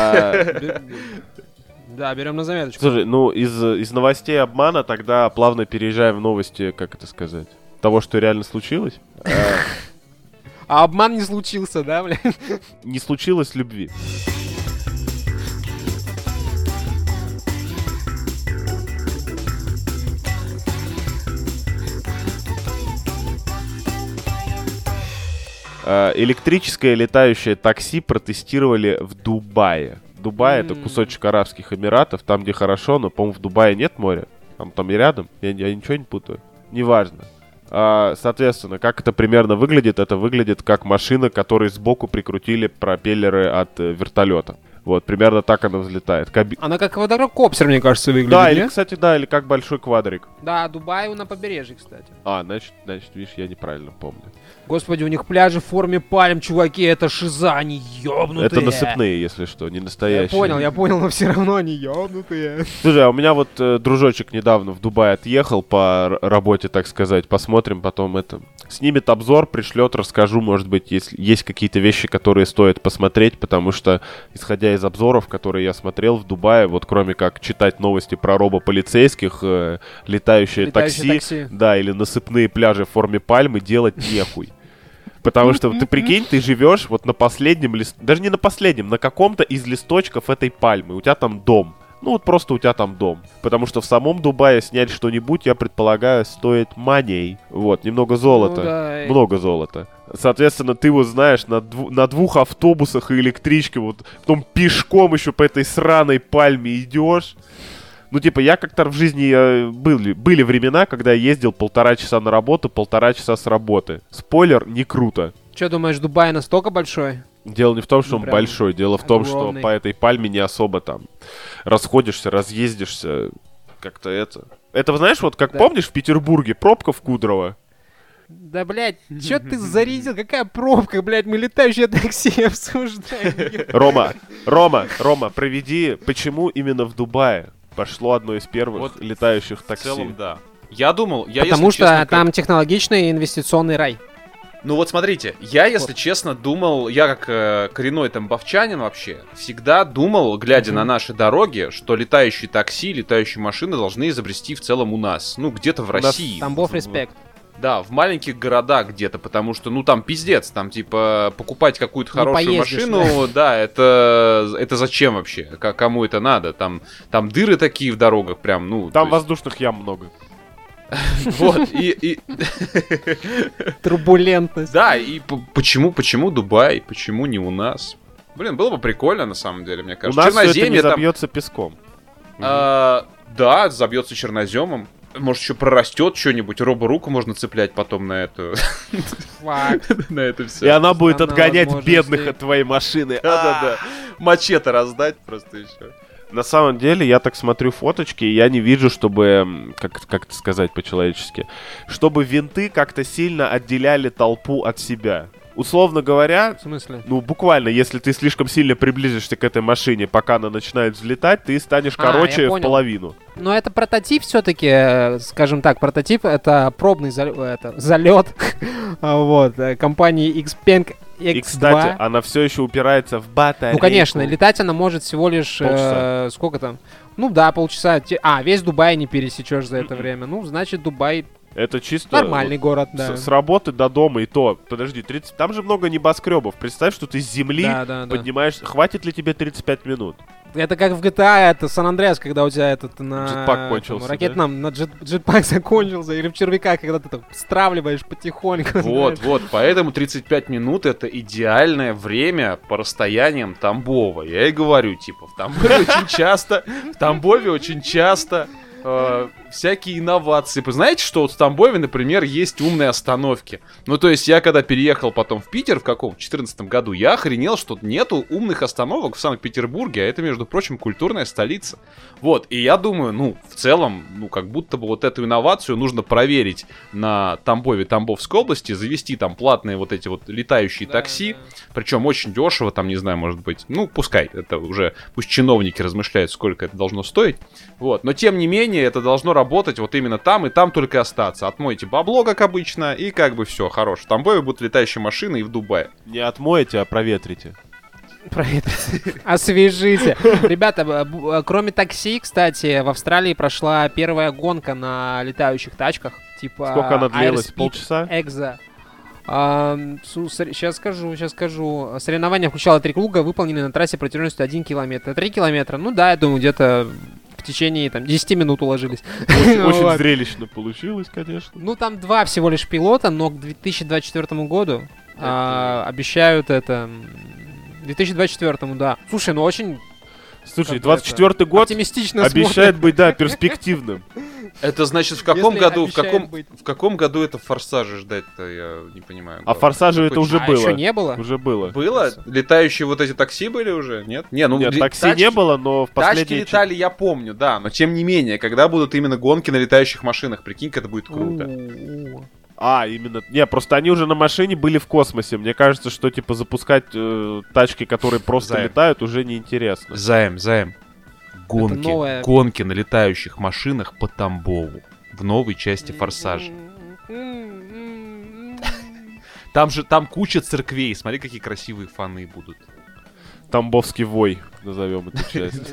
[SPEAKER 1] Да, берем на заметочку.
[SPEAKER 2] Слушай, ну из новостей обмана тогда плавно переезжаем в новости, как это сказать, того, что реально случилось.
[SPEAKER 1] А обман не случился, да, блин?
[SPEAKER 2] Не случилось любви. Электрическое летающее такси протестировали в Дубае. Дубай — это кусочек Арабских Эмиратов, там, где хорошо, но, по-моему, в Дубае нет моря. Там и рядом. Я ничего не путаю. Неважно. Соответственно, как это примерно выглядит? Это выглядит как машина, которой сбоку прикрутили пропеллеры от вертолета. Вот, примерно так она взлетает.
[SPEAKER 1] Она как квадрокоптер, мне кажется, выглядит.
[SPEAKER 2] Да,
[SPEAKER 1] нет?
[SPEAKER 2] или, кстати, да, или как большой квадрик.
[SPEAKER 1] Да, Дубай на побережье, кстати.
[SPEAKER 2] Значит, видишь, я неправильно помню.
[SPEAKER 1] Господи, у них пляжи в форме пальм, чуваки, это шиза, они ёбнутые.
[SPEAKER 2] Это насыпные, если что, не настоящие.
[SPEAKER 1] Я понял, но все равно они ёбнутые.
[SPEAKER 2] Слушай, а у меня вот дружочек недавно в Дубай отъехал по работе, так сказать. Посмотрим потом это. Снимет обзор, пришлет, расскажу, может быть, если есть какие-то вещи, которые стоит посмотреть, потому что, исходя из обзоров, которые я смотрел в Дубае, вот кроме как читать новости про робополицейских, летающее такси, да, или насыпные пляжи в форме пальмы, делать нехуй. Потому что ты прикинь, ты живешь вот на последнем даже не на последнем, на каком-то из листочков этой пальмы. У тебя там дом. Ну вот просто у тебя там дом. Потому что в самом Дубае снять что-нибудь, я предполагаю, стоит моней. Вот, немного золота.
[SPEAKER 1] Ну, да.
[SPEAKER 2] Много золота. Соответственно, ты вот знаешь, на двух автобусах и электричке, вот потом пешком еще по этой сраной пальме идешь. Ну, типа, я как-то в жизни... Были времена, когда я ездил 1,5 часа на работу, 1,5 часа с работы. Спойлер, не круто.
[SPEAKER 1] Че, думаешь, Дубай настолько большой?
[SPEAKER 2] Дело не в том, что он
[SPEAKER 1] прям
[SPEAKER 2] большой. Дело в том, что
[SPEAKER 1] огромный.
[SPEAKER 2] по этой пальме не особо там расходишься, разъездишься. Как-то это... Это, знаешь, вот как
[SPEAKER 1] Да.
[SPEAKER 2] помнишь в Петербурге пробка в Кудрово?
[SPEAKER 1] Да, блядь, чё ты зарядил? Какая пробка, блядь, мы летающее такси обсуждаем.
[SPEAKER 2] Рома, проведи, почему именно в Дубае пошло одно из первых
[SPEAKER 3] Вот
[SPEAKER 2] летающих
[SPEAKER 3] В
[SPEAKER 2] такси?
[SPEAKER 3] целом, да. Я думал,
[SPEAKER 1] Потому
[SPEAKER 3] если
[SPEAKER 1] что
[SPEAKER 3] честно,
[SPEAKER 1] там технологичный инвестиционный рай.
[SPEAKER 3] Ну вот смотрите, я, если честно, думал, я как коренной тамбовчанин вообще, всегда думал, глядя на наши дороги, что летающие такси, летающие машины должны изобрести в целом у нас. Ну, где-то в
[SPEAKER 2] нас
[SPEAKER 3] России.
[SPEAKER 1] Тамбов, респект.
[SPEAKER 3] Да, в маленьких городах где-то, потому что, ну, там пиздец, там, типа, покупать какую-то
[SPEAKER 1] Не
[SPEAKER 3] хорошую
[SPEAKER 1] поездишь,
[SPEAKER 3] машину, да, это зачем вообще? Кому это надо? Там дыры такие в дорогах прям, ну...
[SPEAKER 2] Там
[SPEAKER 3] то есть-
[SPEAKER 2] воздушных ям много.
[SPEAKER 3] Вот, и...
[SPEAKER 1] Турбулентность.
[SPEAKER 3] Да, и почему Дубай? Почему не у нас? Блин, было бы прикольно, на самом деле, мне
[SPEAKER 2] У
[SPEAKER 3] кажется.
[SPEAKER 2] нас все это не
[SPEAKER 3] Черноземье там...
[SPEAKER 2] забьется песком.
[SPEAKER 3] Да, забьется черноземом. Может, еще прорастет что-нибудь, роборуку можно цеплять потом на эту...
[SPEAKER 1] Факт.
[SPEAKER 3] на это
[SPEAKER 2] И
[SPEAKER 3] все.
[SPEAKER 2] она будет
[SPEAKER 1] Странная
[SPEAKER 2] отгонять
[SPEAKER 1] возможность.
[SPEAKER 2] бедных от твоей машины.
[SPEAKER 3] Да-да-да. Мачете раздать просто еще.
[SPEAKER 2] На самом деле, я так смотрю фоточки, и я не вижу, чтобы, как это сказать по-человечески, чтобы винты как-то сильно отделяли толпу от себя. Условно говоря,
[SPEAKER 1] В смысле?
[SPEAKER 2] ну, буквально, если ты слишком сильно приблизишься к этой машине, пока она начинает взлетать, ты станешь
[SPEAKER 1] А,
[SPEAKER 2] короче
[SPEAKER 1] я
[SPEAKER 2] в
[SPEAKER 1] понял.
[SPEAKER 2] половину.
[SPEAKER 1] Но это прототип все-таки, скажем так, прототип это пробный залет вот, компании Xpeng
[SPEAKER 2] И,
[SPEAKER 1] X2.
[SPEAKER 2] кстати, она все еще упирается в батарейку.
[SPEAKER 1] Ну, конечно, летать она может всего лишь...
[SPEAKER 2] Полчаса.
[SPEAKER 1] сколько там? Ну да, полчаса. Весь Дубай не пересечешь за это время. Ну, значит, Дубай
[SPEAKER 2] Это чисто...
[SPEAKER 1] нормальный город,
[SPEAKER 2] вот
[SPEAKER 1] да.
[SPEAKER 2] С работы до дома и то. Подожди, 30... там же много небоскребов. Представь, что ты с земли
[SPEAKER 1] Да.
[SPEAKER 2] поднимаешься. Хватит ли тебе 35 минут?
[SPEAKER 1] Это как в GTA, это Сан-Андреас, когда у тебя этот на...
[SPEAKER 2] Джетпак кончился,
[SPEAKER 1] ракетном, на джетпак закончился, или в червяках, когда ты так стравливаешь потихоньку.
[SPEAKER 3] Вот,
[SPEAKER 1] знаешь.
[SPEAKER 3] поэтому 35 минут это идеальное время по расстояниям Тамбова. Я и говорю, типа, в Тамбове очень часто всякие инновации. Вы знаете, что вот в Тамбове, например, есть умные остановки? Ну, то есть я когда переехал потом в Питер в каком? В 2014 году, я охренел, что нету умных остановок в Санкт-Петербурге, а это, между прочим, культурная столица. Вот, и я думаю, ну, в целом, ну, как будто бы вот эту инновацию нужно проверить на Тамбове, Тамбовской области, завести там платные вот эти вот летающие такси, причем очень дешево, там, не знаю, может быть, ну, пускай, это уже, пусть чиновники размышляют, сколько это должно стоить, вот, но тем не менее, это должно работать вот именно там, и там только остаться. Отмойте бабло, как обычно, и как бы все, хорош. В Тамбове будут летающие машины и в Дубае.
[SPEAKER 2] Не отмоете, а проветрите.
[SPEAKER 1] Освежите. Ребята, кроме такси, кстати, в Австралии прошла первая гонка на летающих тачках. Типа
[SPEAKER 2] Сколько она длилась?
[SPEAKER 1] Airspeed
[SPEAKER 2] Полчаса?
[SPEAKER 1] Exo. Сейчас скажу. Соревнование включало 3 круга, выполненные на трассе протяженностью 1 километр. 3 километра, ну да, я думаю, где-то в течение там 10 минут уложились.
[SPEAKER 2] Очень
[SPEAKER 1] Вот.
[SPEAKER 2] зрелищно получилось, конечно.
[SPEAKER 1] Ну, там 2 всего лишь пилота, но к 2024 году обещают это... 2024, да. Слушай, ну очень
[SPEAKER 2] Слушай,
[SPEAKER 1] как бы
[SPEAKER 2] 24-й год
[SPEAKER 1] оптимистично
[SPEAKER 2] обещает быть, да, перспективным.
[SPEAKER 3] Это значит, в каком
[SPEAKER 1] Если
[SPEAKER 3] году,
[SPEAKER 1] обещает быть.
[SPEAKER 3] в каком году это «Форсажи» ждать-то, я не понимаю.
[SPEAKER 2] А «Форсажи» это уже было.
[SPEAKER 1] еще не было?
[SPEAKER 2] Уже было.
[SPEAKER 3] Было? Летающие вот эти такси были уже? Нет? Не, ну
[SPEAKER 2] Нет, такси
[SPEAKER 3] тачки-
[SPEAKER 2] не было, но в
[SPEAKER 3] Тачки
[SPEAKER 2] последние...
[SPEAKER 3] летали, я помню, да, но тем не менее, когда будут именно гонки на летающих машинах, прикинь, как это будет круто.
[SPEAKER 1] У-у-у.
[SPEAKER 2] Именно. Не, просто они уже на машине были в космосе. Мне кажется, что, типа, запускать тачки, которые просто
[SPEAKER 3] Займ.
[SPEAKER 2] летают, уже неинтересно.
[SPEAKER 3] Заем. Гонки.
[SPEAKER 1] новое-
[SPEAKER 3] Гонки на летающих машинах по Тамбову. В новой части «Форсажа». Там куча церквей. Смотри, какие красивые фоны будут.
[SPEAKER 2] Тамбовский вой, назовем эту часть.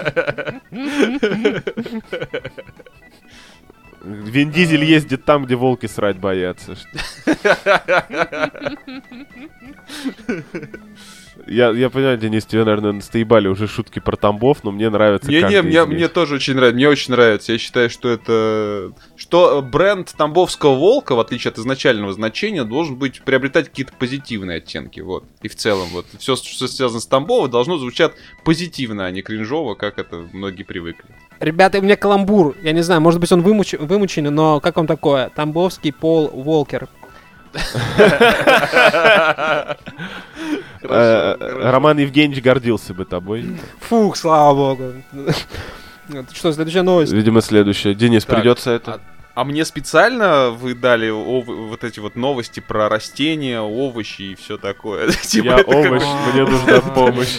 [SPEAKER 2] Вин Дизель ездит там, где волки срать боятся. Я понимаю, Денис, тебе, наверное, настоебали уже шутки про Тамбов, но мне нравится каждый из них.
[SPEAKER 3] мне тоже очень нравится. Мне очень нравится. Я считаю, что это... Что бренд тамбовского волка, в отличие от изначального значения, должен быть приобретать какие-то позитивные оттенки. Вот. И в целом, вот. Все, что связано с Тамбовом, должно звучать позитивно, а не кринжово, как это многие привыкли.
[SPEAKER 1] Ребята, у меня каламбур. Я не знаю, может быть, он вымученный, но как вам такое? Тамбовский Пол Уолкер.
[SPEAKER 2] Роман Евгеньевич гордился бы тобой.
[SPEAKER 1] Фух, слава богу. Что, следующая новость?
[SPEAKER 2] Видимо, следующее. Денис,
[SPEAKER 3] Так,
[SPEAKER 2] придется это...
[SPEAKER 3] А мне специально вы дали вот эти вот новости про растения, овощи и все такое. Типа
[SPEAKER 2] Я
[SPEAKER 3] это как-
[SPEAKER 2] овощ, мне нужна помощь.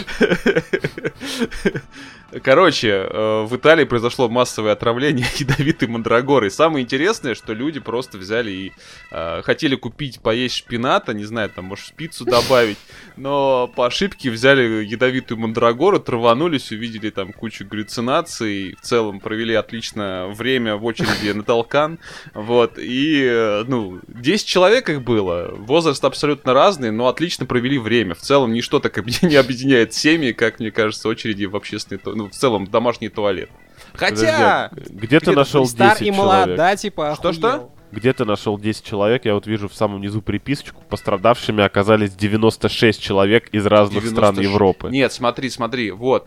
[SPEAKER 3] Короче, в Италии произошло массовое отравление ядовитой мандрагорой. Самое интересное, что люди просто взяли и хотели купить, поесть шпината, не знаю, там, может, шпицу добавить, но по ошибке взяли ядовитую мандрагору, траванулись, увидели там кучу галлюцинаций, в целом провели отлично время в очереди на толкан, вот, и, 10 человек их было, возраст абсолютно разный, но отлично провели время. В целом ничто так не объединяет семьи, как, мне кажется, очереди в общественный в целом домашний туалет. Хотя...
[SPEAKER 2] Подожди, где ты нашел 10
[SPEAKER 1] Стар и молод,
[SPEAKER 2] человек?
[SPEAKER 1] да, типа,
[SPEAKER 3] Что-что?
[SPEAKER 1] охуел.
[SPEAKER 2] Где ты нашел 10 человек? Я вот вижу в самом низу приписочку. Пострадавшими оказались 96 человек из разных стран
[SPEAKER 3] 96.
[SPEAKER 2] Европы.
[SPEAKER 3] Нет, смотри, вот,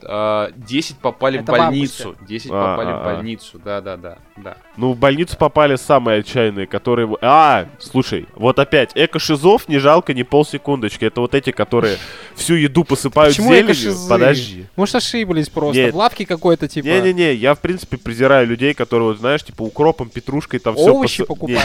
[SPEAKER 3] 10 попали
[SPEAKER 1] Это
[SPEAKER 3] в больницу. 10 попали в больницу, да.
[SPEAKER 2] Ну, в больницу попали самые отчаянные, которые... Слушай, вот опять, эко-шизов не жалко ни полсекундочки. Это вот эти, которые всю еду посыпают
[SPEAKER 1] Почему
[SPEAKER 2] зеленью.
[SPEAKER 1] эко-шизы?
[SPEAKER 2] Подожди.
[SPEAKER 1] Может, ошиблись просто.
[SPEAKER 2] Нет.
[SPEAKER 1] В лавке какой-то, типа,
[SPEAKER 2] Не-не-не, я, в принципе, презираю людей, которые, вот, знаешь, типа, укропом, петрушкой там все...
[SPEAKER 1] овощи покупают.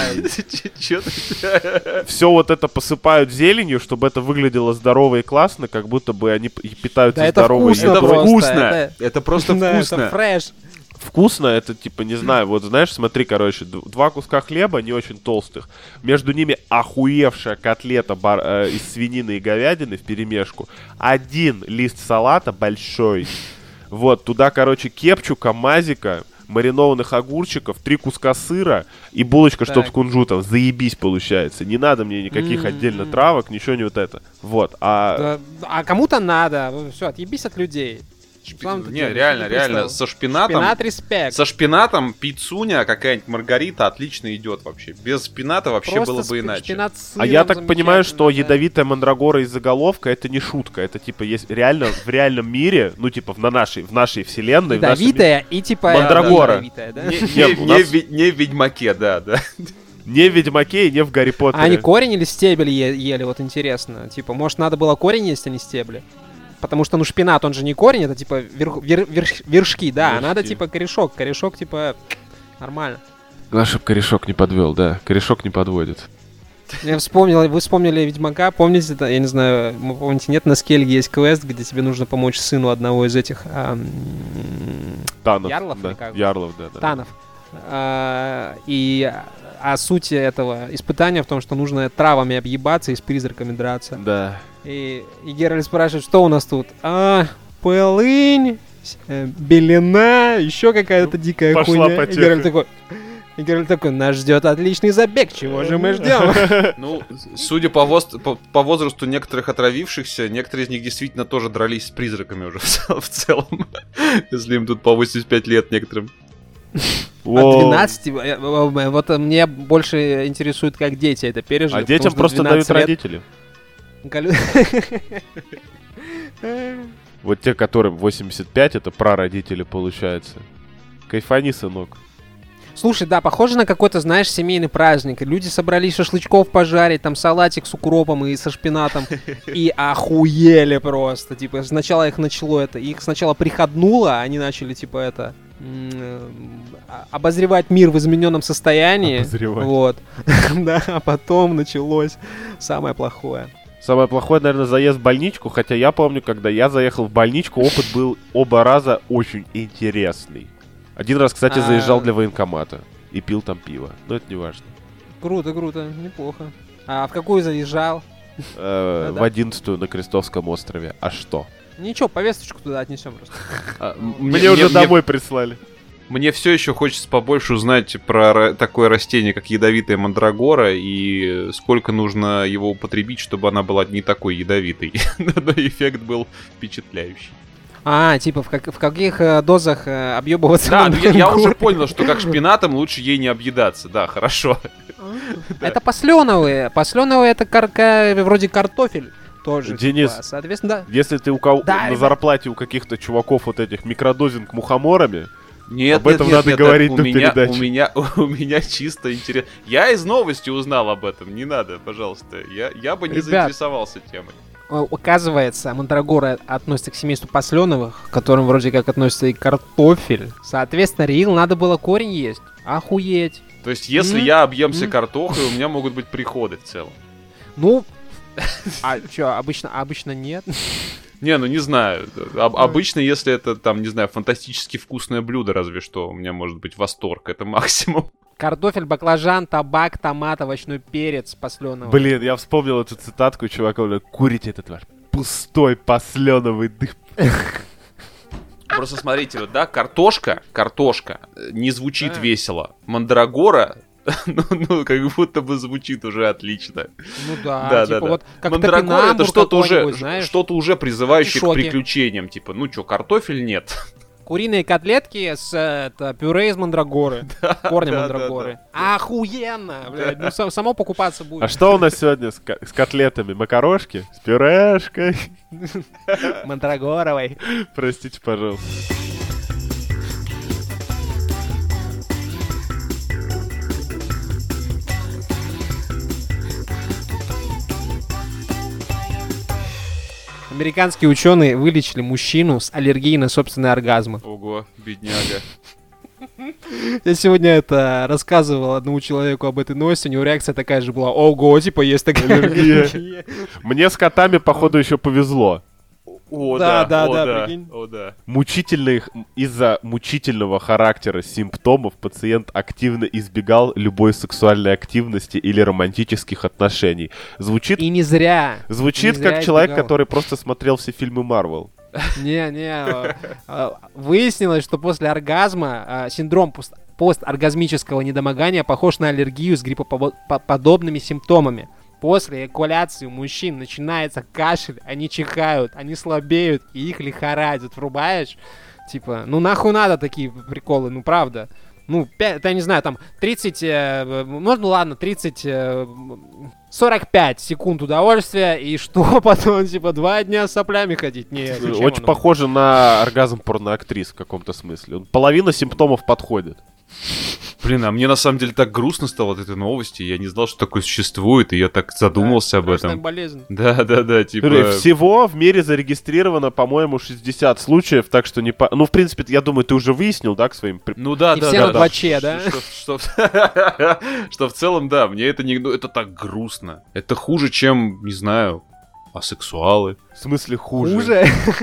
[SPEAKER 3] Чё ты?
[SPEAKER 2] Все вот это посыпают зеленью, чтобы это выглядело здорово и классно, как будто бы они питаются
[SPEAKER 1] Да это
[SPEAKER 2] здоровой
[SPEAKER 1] вкусно
[SPEAKER 2] едой.
[SPEAKER 3] Это
[SPEAKER 1] просто,
[SPEAKER 3] вкусно. Это просто
[SPEAKER 1] Да,
[SPEAKER 3] вкусно.
[SPEAKER 1] это фреш.
[SPEAKER 2] Вкусно, это типа, не знаю, вот знаешь, смотри, короче, два куска хлеба, не очень толстых, между ними охуевшая котлета из свинины и говядины вперемешку, один лист салата большой, вот, туда, короче, кепчука, мазика, маринованных огурчиков, 3 куска сыра и булочка, чтоб
[SPEAKER 1] Так.
[SPEAKER 2] с кунжутом. Заебись получается. Не надо мне никаких отдельно травок, ничего не вот это. Вот,
[SPEAKER 1] Да, а кому-то надо. Все, отъебись от людей. Сам-то
[SPEAKER 3] Не,
[SPEAKER 1] тебе
[SPEAKER 3] реально,
[SPEAKER 1] не представил.
[SPEAKER 3] со шпинатом.
[SPEAKER 1] Шпинат респект.
[SPEAKER 3] Со шпинатом пиццуня какая-нибудь Маргарита отлично идет вообще. Без шпината вообще
[SPEAKER 1] Просто
[SPEAKER 3] было бы иначе.
[SPEAKER 1] шпинат с
[SPEAKER 2] А я
[SPEAKER 1] сыром
[SPEAKER 2] так понимаю, что
[SPEAKER 1] замечательно, да.
[SPEAKER 2] ядовитая мандрагора из заголовка это не шутка. Это типа есть реально в реальном мире, ну типа в нашей вселенной. в нашем мире,
[SPEAKER 1] Ядовитая и типа...
[SPEAKER 2] Мандрагора.
[SPEAKER 1] ядовитая, да?
[SPEAKER 2] у нас-
[SPEAKER 3] Не в Ведьмаке, да.
[SPEAKER 2] не в Ведьмаке и не в Гарри Поттере.
[SPEAKER 1] А они корень или стебель ели, вот интересно. Типа, может, надо было корень есть, а не стебли? Потому что, шпинат, он же не корень, это типа вершки, да. А надо
[SPEAKER 2] Вершки.
[SPEAKER 1] типа корешок. Корешок, типа, нормально.
[SPEAKER 2] Главное, чтоб корешок не подвел, да. Корешок не подводит.
[SPEAKER 1] Я вспомнил, вы вспомнили Ведьмака, помните, это, я не знаю, вы помните, нет, на Скельге есть квест, где тебе нужно помочь сыну одного из этих
[SPEAKER 2] Танов.
[SPEAKER 1] Ярлов
[SPEAKER 2] да.
[SPEAKER 1] или как?
[SPEAKER 2] Ярлов, да.
[SPEAKER 1] танов. А суть этого испытания в том, что нужно травами объебаться и с призраками драться.
[SPEAKER 2] Да.
[SPEAKER 1] И Геральт спрашивает, что у нас тут? Полынь, белена, еще какая-то дикая
[SPEAKER 2] пошла
[SPEAKER 1] хуйня.
[SPEAKER 2] потеха.
[SPEAKER 1] И Геральт такой, нас ждет отличный забег, чего же мы ждем?
[SPEAKER 3] Ну, судя по возрасту некоторых отравившихся, некоторые из них действительно тоже дрались с призраками уже в целом. Если им тут по 85 лет некоторым.
[SPEAKER 1] От 12, вот мне больше интересует, как дети это пережили.
[SPEAKER 2] А детям просто дают родители. Вот те, которым 85, это прародители получается. Кайфани, сынок.
[SPEAKER 1] Слушай, да, похоже на какой-то, знаешь, семейный праздник. Люди собрались шашлычков пожарить, там салатик с укропом и со шпинатом, и охуели просто. Типа, сначала их начало это, их сначала приходнуло, они начали, типа, это... обозревать мир в измененном состоянии.
[SPEAKER 2] Обозревать.
[SPEAKER 1] Вот. Да, а потом началось самое плохое.
[SPEAKER 2] Самое плохое, наверное, заезд в больничку, хотя я помню, когда я заехал в больничку, опыт был оба раза очень интересный. Один раз, кстати, заезжал для военкомата и пил там пиво, но это не важно.
[SPEAKER 1] Круто, неплохо. А в какую заезжал?
[SPEAKER 2] В 11-ю на Крестовском острове. А что?
[SPEAKER 1] Ничего, повесточку туда отнесем просто.
[SPEAKER 2] Мне уже домой прислали.
[SPEAKER 3] Мне все еще хочется побольше узнать про такое растение, как ядовитая мандрагора, и сколько нужно его употребить, чтобы она была не такой ядовитой. Но эффект был впечатляющий.
[SPEAKER 1] Типа в каких дозах объебываться?
[SPEAKER 3] Да, я уже понял, что как шпинатом лучше ей не объедаться. Да, хорошо.
[SPEAKER 1] Это посленовые. Посленовые — это вроде картофель. Тоже,
[SPEAKER 2] Денис,
[SPEAKER 1] типа, соответственно, да.
[SPEAKER 2] Если ты на зарплате у каких-то чуваков вот этих микродозинг мухоморами, об этом надо говорить на передаче.
[SPEAKER 3] У меня чисто интерес. Я из новости узнал об этом, не надо, пожалуйста. Я бы не заинтересовался темой.
[SPEAKER 1] Оказывается, мандрагора относится к семейству посленовых, к которым вроде как относится и картофель. Соответственно, Рил надо было корень есть. Охуеть.
[SPEAKER 3] То есть, если я объемся картохой, у меня могут быть приходы в целом.
[SPEAKER 1] Ну, а что, обычно нет?
[SPEAKER 3] Не, ну не знаю. Обычно, если это, там, не знаю, фантастически вкусное блюдо, разве что, у меня может быть восторг. Это максимум.
[SPEAKER 1] Картофель, баклажан, табак, томат, овощной перец посленовый.
[SPEAKER 2] Блин, я вспомнил эту цитатку чувака, говорит: курите этот ваш пустой посленовый дым.
[SPEAKER 3] Просто смотрите, вот, да, картошка не звучит весело. Мандрагора, ну, как будто бы звучит уже отлично.
[SPEAKER 1] Ну да, типа вот как
[SPEAKER 3] мандрагора — это
[SPEAKER 1] знаешь,
[SPEAKER 3] что-то уже призывающее
[SPEAKER 1] шоке.
[SPEAKER 3] к приключениям. Типа, ну чё, картофель нет.
[SPEAKER 1] Куриные котлетки с пюре из мандрагоры. Корня мандрагоры. Охуенно! Блядь, ну само покупаться будет.
[SPEAKER 2] А что у нас сегодня с котлетами? Макарошки? С пюрешкой?
[SPEAKER 1] Мандрагоровой.
[SPEAKER 2] Простите, пожалуйста.
[SPEAKER 1] Американские ученые вылечили мужчину с аллергией на собственные оргазмы.
[SPEAKER 3] Ого, бедняга.
[SPEAKER 1] Я сегодня это рассказывал одному человеку об этой новости, у него реакция такая же была: ого, типа есть такая аллергия.
[SPEAKER 2] Мне с котами, походу, еще повезло.
[SPEAKER 1] Да, прикинь.
[SPEAKER 3] О, да.
[SPEAKER 2] Из-за мучительного характера симптомов пациент активно избегал любой сексуальной активности или романтических отношений. Звучит
[SPEAKER 1] И не зря.
[SPEAKER 2] Звучит
[SPEAKER 1] Не зря
[SPEAKER 2] как человек,
[SPEAKER 1] избегал.
[SPEAKER 2] который просто смотрел все фильмы Марвел.
[SPEAKER 1] Выяснилось, что после оргазма синдром посторгазмического недомогания похож на аллергию с гриппоподобными симптомами. После эякуляции у мужчин начинается кашель, они чихают, они слабеют и их лихорадит, врубаешь? Типа, ну нахуй надо такие приколы, ну правда. Ну, я не знаю, там 45 секунд удовольствия, и что потом, типа, 2 дня с соплями ходить? Нет,
[SPEAKER 2] Очень похоже на оргазм порноактрис в каком-то смысле. Половина симптомов подходит.
[SPEAKER 3] Блин, а мне на самом деле так грустно стало от этой новости. Я не знал, что такое существует, и я так задумался об этом.
[SPEAKER 1] Болезнь.
[SPEAKER 3] Да, типа...
[SPEAKER 2] Всего в мире зарегистрировано, по-моему, 60 случаев, так что не... Ну, в принципе, я думаю, ты уже выяснил, да, к своим...
[SPEAKER 3] Ну да,
[SPEAKER 1] и все на 2Ч, да?
[SPEAKER 3] Что в целом, да, мне это не... Это так грустно. Это хуже, чем, не знаю, асексуалы.
[SPEAKER 2] В смысле хуже?
[SPEAKER 1] Хуже?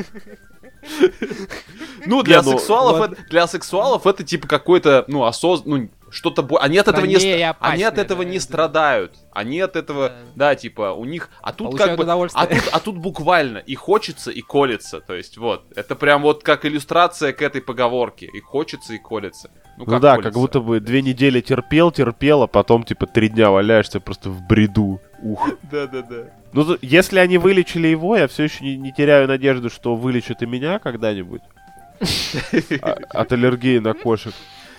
[SPEAKER 3] Ну, для сексуалов это типа какой-то, ну, что-то... Они от этого не страдают. Они от этого, да, типа, у них... А тут как бы... А тут буквально и хочется, и колется. То есть, вот. Это прям вот как иллюстрация к этой поговорке. И хочется, и колется.
[SPEAKER 2] Ну да, как будто бы 2 недели терпел, а потом, типа, 3 дня валяешься просто в бреду. Ух.
[SPEAKER 3] Да.
[SPEAKER 2] Ну, если они вылечили его, я все еще не теряю надежды, что вылечат и меня когда-нибудь. От аллергии на кошек.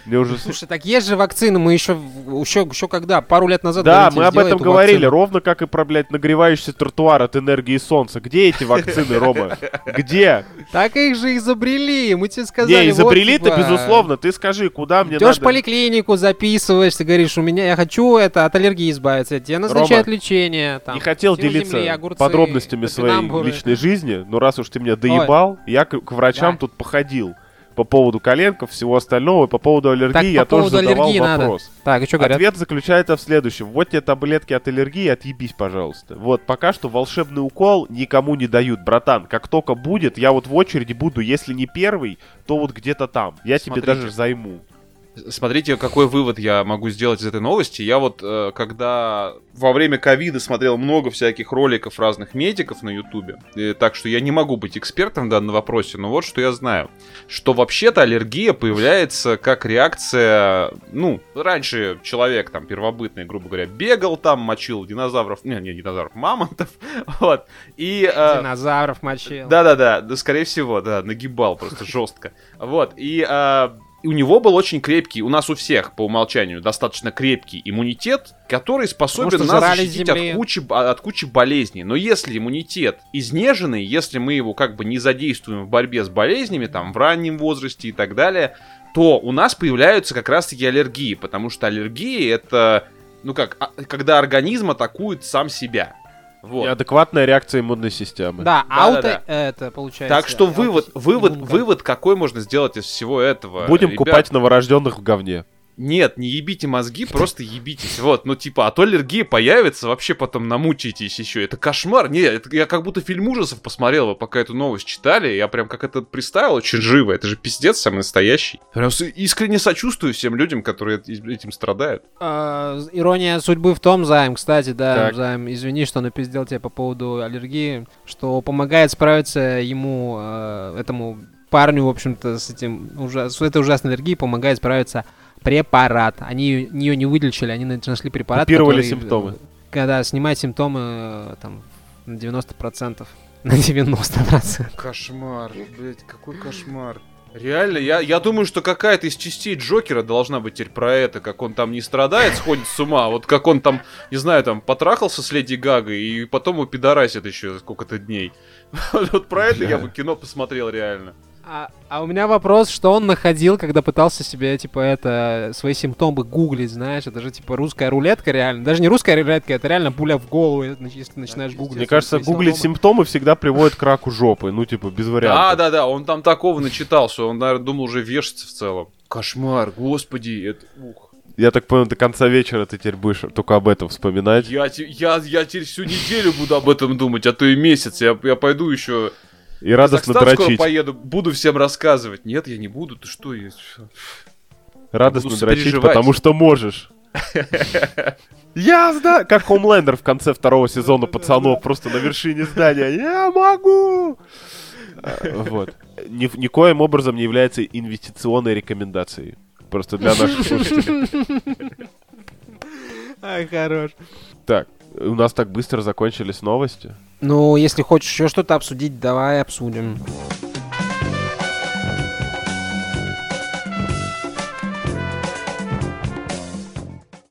[SPEAKER 2] Мне уже...
[SPEAKER 1] Слушай, так есть же вакцины, мы еще когда? Пару лет назад
[SPEAKER 2] Да,
[SPEAKER 1] говорите,
[SPEAKER 2] мы об
[SPEAKER 1] сделай
[SPEAKER 2] этом
[SPEAKER 1] эту
[SPEAKER 2] говорили,
[SPEAKER 1] вакцину.
[SPEAKER 2] ровно как и про, блядь, нагревающийся тротуар от энергии солнца. Где эти вакцины, Рома? Где?
[SPEAKER 1] Так их же изобрели, мы тебе сказали.
[SPEAKER 2] Не, изобрели-то,
[SPEAKER 1] вот, типа,
[SPEAKER 2] безусловно. Ты скажи, куда мне
[SPEAKER 1] идешь
[SPEAKER 2] надо...
[SPEAKER 1] в поликлинику, записываешься, говоришь, я хочу от аллергии избавиться. Тебе назначают лечение. Там,
[SPEAKER 2] Не хотел
[SPEAKER 1] сил
[SPEAKER 2] делиться
[SPEAKER 1] земли, огурцы,
[SPEAKER 2] подробностями своей
[SPEAKER 1] топинамбуры.
[SPEAKER 2] личной жизни, но раз уж ты меня доебал, я к врачам
[SPEAKER 1] Да.
[SPEAKER 2] тут походил. По поводу коленков, всего остального, и по поводу аллергии
[SPEAKER 1] Так,
[SPEAKER 2] я
[SPEAKER 1] по поводу
[SPEAKER 2] тоже задавал
[SPEAKER 1] аллергии
[SPEAKER 2] вопрос.
[SPEAKER 1] надо. Так, и что говорят?
[SPEAKER 2] Ответ заключается в следующем. Вот тебе таблетки от аллергии, отъебись, пожалуйста. Вот, пока что волшебный укол никому не дают, братан. Как только будет, я вот в очереди буду, если не первый, то вот где-то там. Я тебе
[SPEAKER 3] Смотрите.
[SPEAKER 2] даже займу.
[SPEAKER 3] Смотрите, какой вывод я могу сделать из этой новости. Я вот, когда во время ковида смотрел много всяких роликов разных медиков на ютубе, так что я не могу быть экспертом в данном вопросе, но вот что я знаю. Что вообще-то аллергия появляется как реакция, раньше человек там первобытный, грубо говоря, бегал там, мочил динозавров, не динозавров, мамонтов, вот, и...
[SPEAKER 1] Динозавров мочил.
[SPEAKER 3] Да, скорее всего, да, нагибал просто жестко, вот, и у него был очень крепкий, у нас у всех по умолчанию достаточно крепкий иммунитет, который способен нас защитить от кучи болезней. Но если иммунитет изнеженный, если мы его как бы не задействуем в борьбе с болезнями, там, в раннем возрасте и так далее, то у нас появляются как раз-таки аллергии, потому что аллергия — это, когда организм атакует сам себя. Вот.
[SPEAKER 2] И адекватная реакция иммунной системы.
[SPEAKER 1] Да,
[SPEAKER 3] Да.
[SPEAKER 1] это получается.
[SPEAKER 3] Так что вывод какой можно сделать из всего этого?
[SPEAKER 2] Будем
[SPEAKER 3] Ребят,
[SPEAKER 2] купать новорожденных в говне.
[SPEAKER 3] Нет, не ебите мозги, просто ебитесь. Вот, а то аллергия появится, вообще потом намучаетесь еще. Это кошмар. Не, я как будто фильм ужасов посмотрел, вы пока эту новость читали. Я прям как это представил очень живо. Это же пиздец самый настоящий. Прям искренне сочувствую всем людям, которые этим страдают.
[SPEAKER 1] Ирония судьбы в том, Займ, кстати, да,
[SPEAKER 2] Так.
[SPEAKER 1] Займ, извини, что напиздел тебе по поводу аллергии, что помогает справиться ему, этому парню, в общем-то, с этой ужасной аллергией помогает справиться препарат. Они ее не вылечили, они нашли препарат,
[SPEAKER 2] Купировали
[SPEAKER 1] который,
[SPEAKER 2] симптомы.
[SPEAKER 1] Когда снимает симптомы там, на 90%. На 90%.
[SPEAKER 3] Кошмар, блять, какой кошмар. Реально, я думаю, что какая-то из частей Джокера должна быть теперь про это, как он там не страдает, сходит с ума, вот как он там, не знаю, там потрахался с Леди Гагой и потом его пидорасит еще сколько-то дней. Вот про это я бы кино посмотрел реально.
[SPEAKER 1] А у меня вопрос, что он находил, когда пытался себе, свои симптомы гуглить, знаешь? Это же, русская рулетка реально. Даже не русская рулетка, это реально пуля в голову, если начинаешь гуглить.
[SPEAKER 2] Мне кажется,
[SPEAKER 1] свои
[SPEAKER 2] гуглить симптомы всегда приводит к раку жопы. Без вариантов.
[SPEAKER 3] Да, он там такого начитал, что он, наверное, думал уже вешаться в целом. Кошмар, господи, это... Ух.
[SPEAKER 2] Я так понял, до конца вечера ты теперь будешь только об этом вспоминать.
[SPEAKER 3] Я теперь всю неделю буду об этом думать, а то и месяц. Я пойду еще...
[SPEAKER 2] И радостно
[SPEAKER 3] Казахстан скоро
[SPEAKER 2] дрочить.
[SPEAKER 3] поеду, буду всем рассказывать. Нет, я не буду, ты что?
[SPEAKER 2] Радостно
[SPEAKER 3] буду
[SPEAKER 2] дрочить,
[SPEAKER 3] сопереживать.
[SPEAKER 2] потому что можешь. Я знаю, как Хомлендер в конце второго сезона пацанов, просто на вершине здания. Я могу! Вот. Никоим образом не является инвестиционной рекомендацией. Просто для наших слушателей.
[SPEAKER 1] Ай, хорош.
[SPEAKER 2] Так, у нас так быстро закончились новости.
[SPEAKER 1] Ну, если хочешь еще что-то обсудить, давай обсудим.